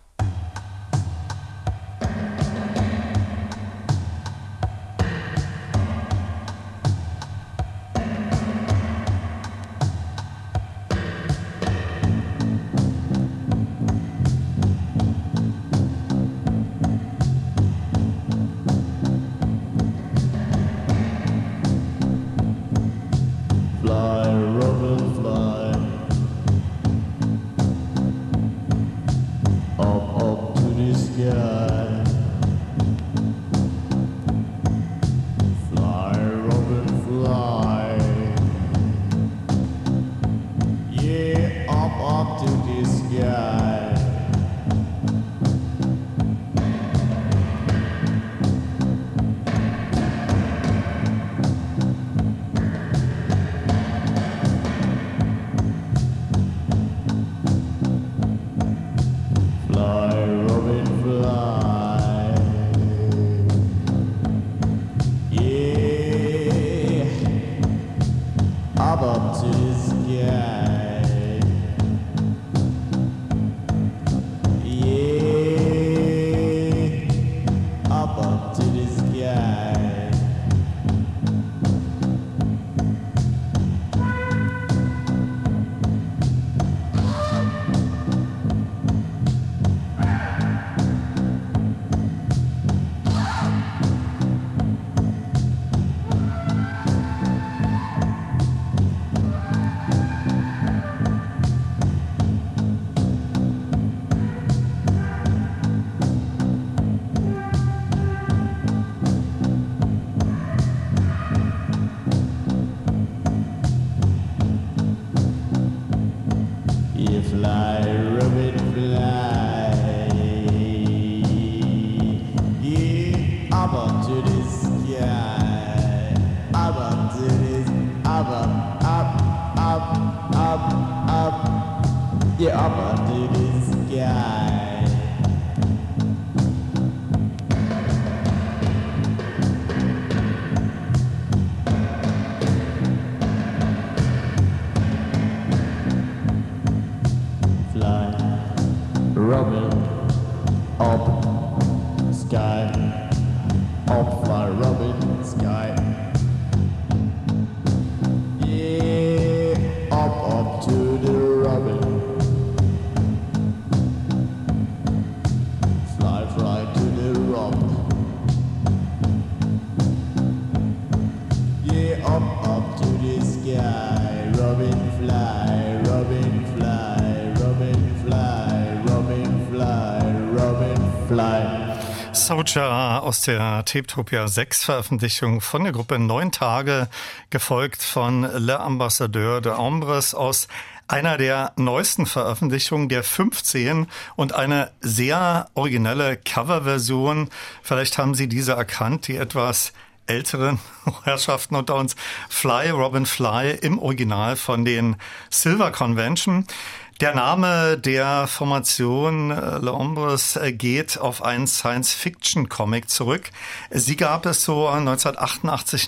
Soldier aus der Tapetopia 6 Veröffentlichung von der Gruppe 9 Tage, gefolgt von Le Ambassadeur de Ombres aus einer der neuesten Veröffentlichungen, der 15, und eine sehr originelle Coverversion. Vielleicht haben Sie diese erkannt, die etwas älteren Herrschaften unter uns. Fly, Robin Fly im Original von den Silver Convention. Der Name der Formation Le Ombres geht auf einen Science-Fiction-Comic zurück. Sie gab es so 1988,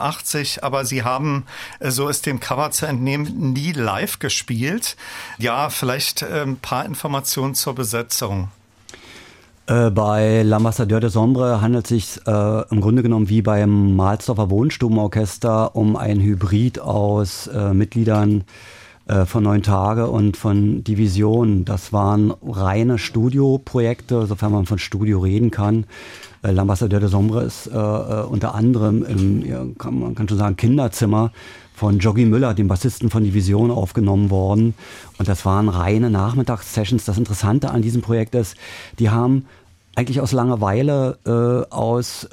89, aber sie haben, so ist dem Cover zu entnehmen, nie live gespielt. Ja, vielleicht ein paar Informationen zur Besetzung. Bei L'Ambassadeur des Ombres handelt es sich im Grunde genommen wie beim Mahlsdorfer Wohnstubenorchester um ein Hybrid aus Mitgliedern von 9 Tage und von Division. Das waren reine Studioprojekte, sofern man von Studio reden kann. L'Ambassadeur des Ombres ist unter anderem im, man kann schon sagen, Kinderzimmer von Joggi Müller, dem Bassisten von Division, aufgenommen worden. Und das waren reine Nachmittagssessions. Das Interessante an diesem Projekt ist, die haben eigentlich aus Langeweile, aus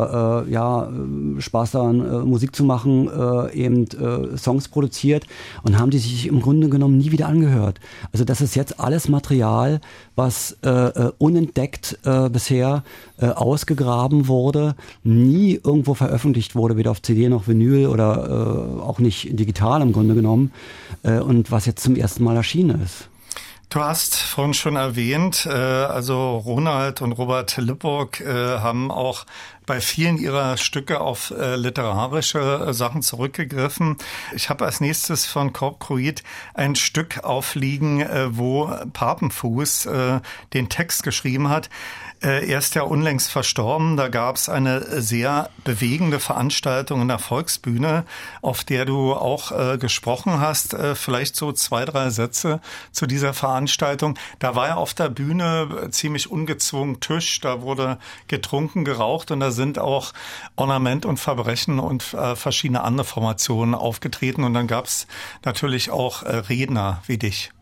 Spaß daran, Musik zu machen, eben Songs produziert und haben die sich im Grunde genommen nie wieder angehört. Also das ist jetzt alles Material, was unentdeckt bisher ausgegraben wurde, nie irgendwo veröffentlicht wurde, weder auf CD noch Vinyl oder auch nicht digital im Grunde genommen, und was jetzt zum ersten Mal erschienen ist. Du hast vorhin schon erwähnt, also Ronald und Robert Lippock haben auch bei vielen ihrer Stücke auf literarische Sachen zurückgegriffen. Ich habe als nächstes von Korpkruid ein Stück aufliegen, wo Papenfuß den Text geschrieben hat. Er ist ja unlängst verstorben. Da gab es eine sehr bewegende Veranstaltung in der Volksbühne, auf der du auch gesprochen hast. Vielleicht so 2, 3 Sätze zu dieser Veranstaltung. Da war ja auf der Bühne ziemlich ungezwungen Tisch. Da wurde getrunken, geraucht und da sind auch Ornament und Verbrechen und verschiedene andere Formationen aufgetreten. Und dann gab es natürlich auch Redner wie dich.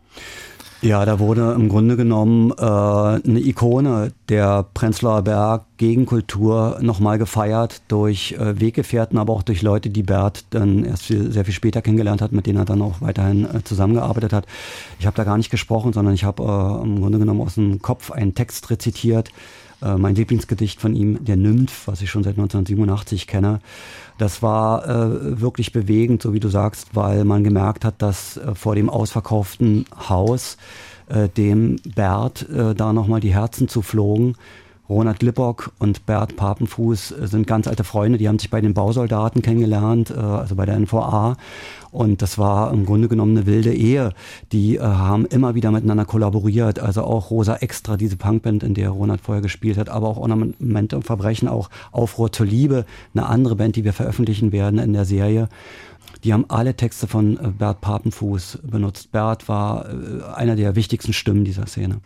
Ja, da wurde im Grunde genommen eine Ikone der Prenzlauer Berg Gegenkultur nochmal gefeiert durch Weggefährten, aber auch durch Leute, die Bert dann erst sehr viel später kennengelernt hat, mit denen er dann auch weiterhin zusammengearbeitet hat. Ich habe da gar nicht gesprochen, sondern ich habe im Grunde genommen aus dem Kopf einen Text rezitiert. Mein Lieblingsgedicht von ihm, der Nymph, was ich schon seit 1987 kenne. Das war wirklich bewegend, so wie du sagst, weil man gemerkt hat, dass vor dem ausverkauften Haus dem Bert da nochmal die Herzen zuflogen. Ronald Lippock und Bert Papenfuß sind ganz alte Freunde, die haben sich bei den Bausoldaten kennengelernt, also bei der NVA. Und das war im Grunde genommen eine wilde Ehe. Die haben immer wieder miteinander kollaboriert, also auch Rosa Extra, diese Punkband, in der Ronald vorher gespielt hat, aber auch Ornamente und Verbrechen, auch Aufruhr zur Liebe, eine andere Band, die wir veröffentlichen werden in der Serie. Die haben alle Texte von Bert Papenfuß benutzt. Bert war einer der wichtigsten Stimmen dieser Szene.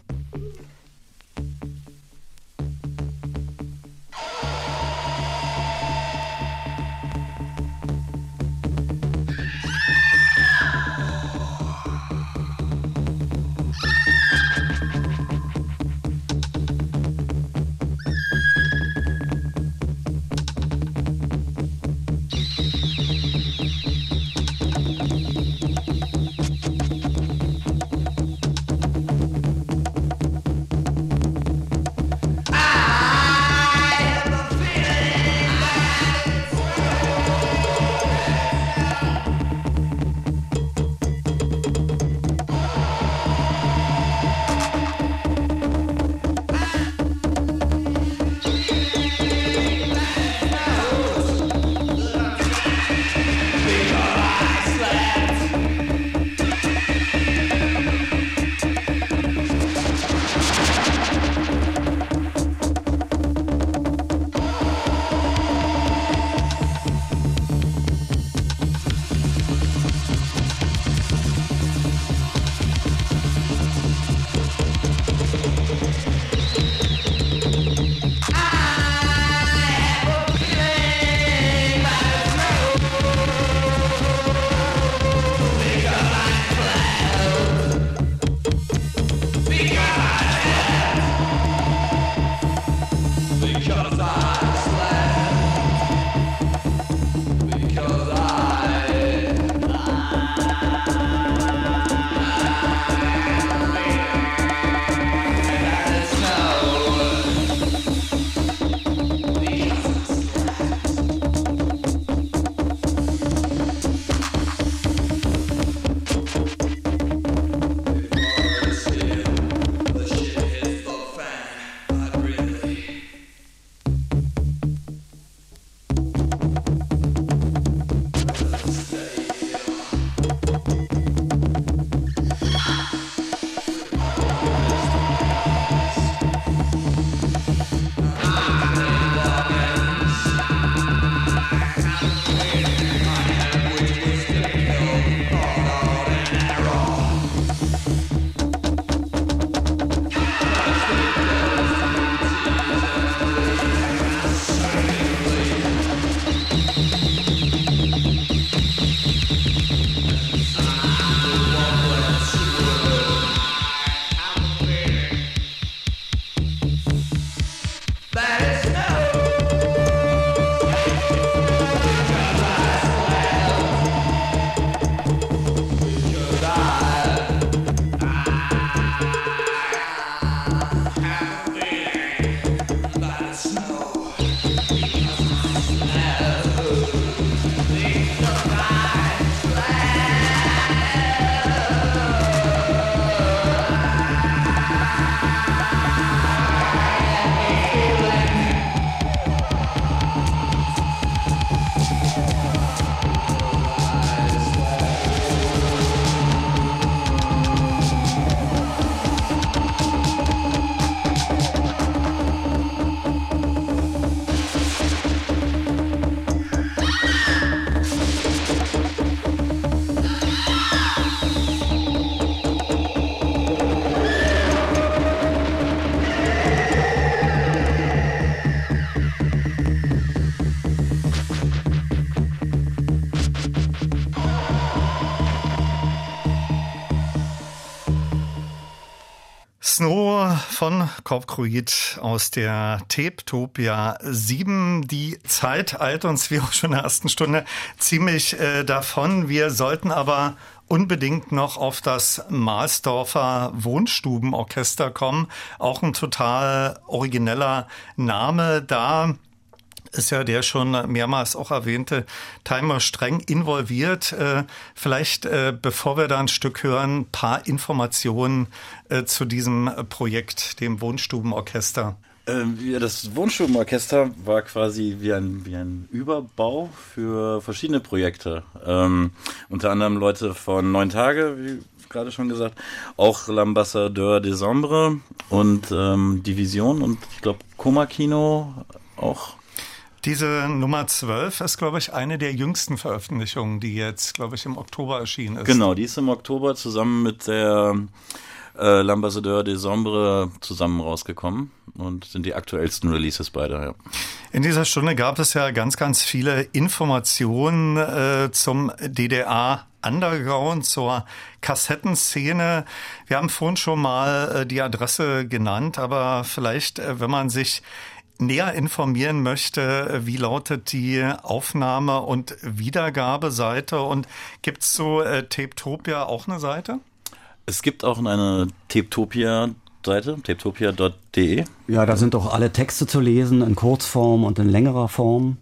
Snow von Korpkruid aus der Tapetopia 7. Die Zeit eilt uns, wie auch schon in der ersten Stunde, ziemlich davon. Wir sollten aber unbedingt noch auf das Mahlsdorfer Wohnstubenorchester kommen. Auch ein total origineller Name. Da ist ja der schon mehrmals auch erwähnte Teimer streng involviert. Vielleicht, bevor wir da ein Stück hören, ein paar Informationen zu diesem Projekt, dem Wohnstubenorchester. Das Wohnstubenorchester war quasi wie ein Überbau für verschiedene Projekte. Unter anderem Leute von 9 Tage, wie gerade schon gesagt, auch L'Ambassadeur des Ombres und Division und ich glaube Coma Kino auch. Diese Nummer 12 ist, glaube ich, eine der jüngsten Veröffentlichungen, die jetzt, glaube ich, im Oktober erschienen ist. Genau, die ist im Oktober zusammen mit der L'Ambassadeur des Ombres zusammen rausgekommen und sind die aktuellsten Releases beide. Ja. In dieser Stunde gab es ja ganz, ganz viele Informationen zum DDR-Underground, zur Kassettenszene. Wir haben vorhin schon mal die Adresse genannt, aber vielleicht, wenn man sich näher informieren möchte, wie lautet die Aufnahme- und Wiedergabeseite und gibt es zu Tapetopia auch eine Seite? Es gibt auch eine Tapetopia-Seite, tapetopia.de. Ja, da sind auch alle Texte zu lesen in Kurzform und in längerer Form.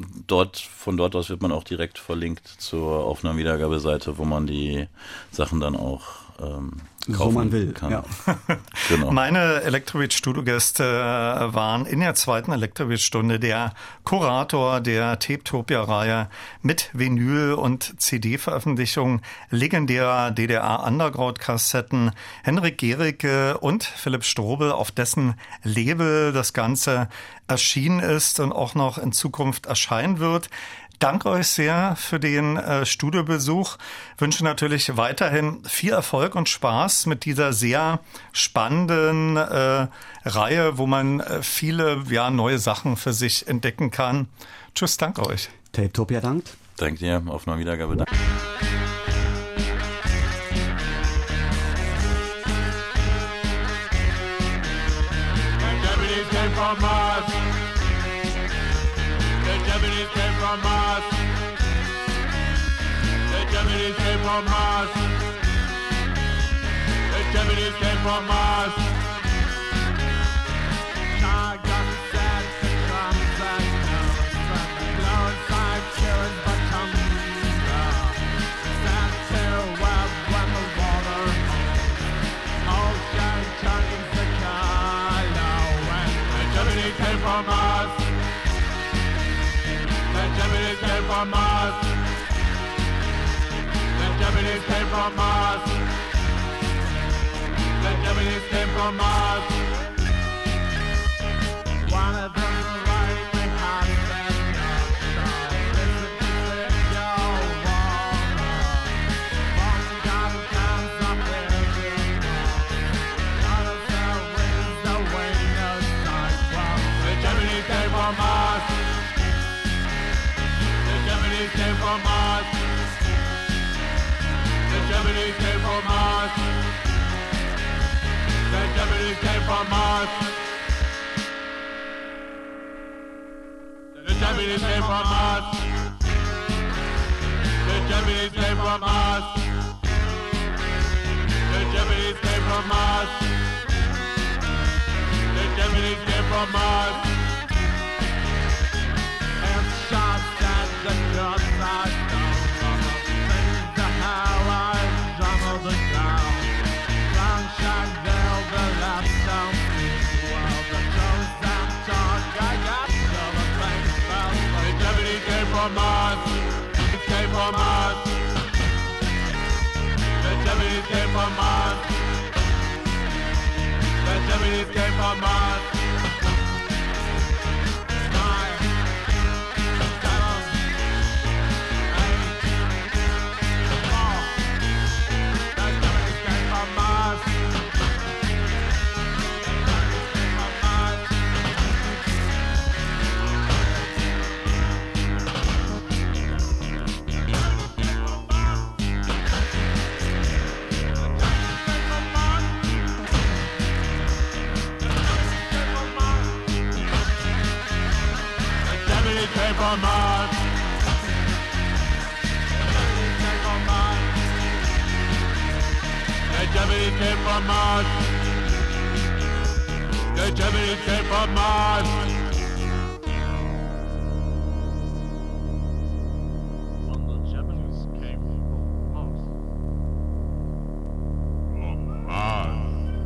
Von dort aus wird man auch direkt verlinkt zur Aufnahme-Wiedergabeseite, wo man die Sachen dann auch kaufen so man will, kann. Ja. Genau. Meine Elektrobeat-Studiogäste waren in der zweiten Elektrobeat-Stunde der Kurator der Tapetopia-Reihe mit Vinyl- und CD-Veröffentlichung legendärer DDR-Underground-Kassetten Henrik Gericke und Philipp Strobel, auf dessen Label das Ganze erschienen ist und auch noch in Zukunft erscheinen wird. Danke euch sehr für den Studiobesuch. Wünsche natürlich weiterhin viel Erfolg und Spaß mit dieser sehr spannenden Reihe, wo man viele neue Sachen für sich entdecken kann. Tschüss, danke euch. Tapetopia dankt. Danke dir, Aufnahme-Wiedergabe. Danke. From Mars. The Japanese came from Mars. The Japanese came from Mars. Now I got sad to come back now. Blow inside chillin' but come down. Sad tail web when the water ocean turning the color. When the Japanese came from Mars. The Japanese came from Mars. The Japanese came from Mars. The Japanese came from Mars. One of them right behind them. Listen to it, yo, one gun comes up in none of them wins the winner's side. The Japanese came from Mars. The Japanese came from Mars. The Japanese came from Mars. The Japanese came from Mars. The Japanese came from Mars. The Japanese came from Mars. The Japanese came from Mars. The Japanese came from Mars. And shots at the guns I don't think the how I drummer the ground. Long shot there, the left down while the toes and talk I got the things fell. The Japanese came from Mars. It came from Mars. The Japanese came from Mars. The Japanese came from Mars. from Mars. The Japanese came from Mars. The Japanese came from Mars. When the Japanese came from Mars. From Mars.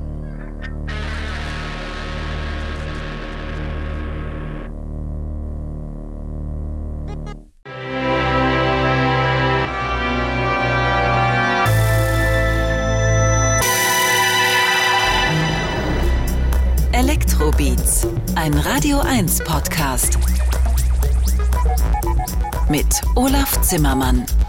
Elektrobeats, ein Radio 1 Podcast mit Olaf Zimmermann.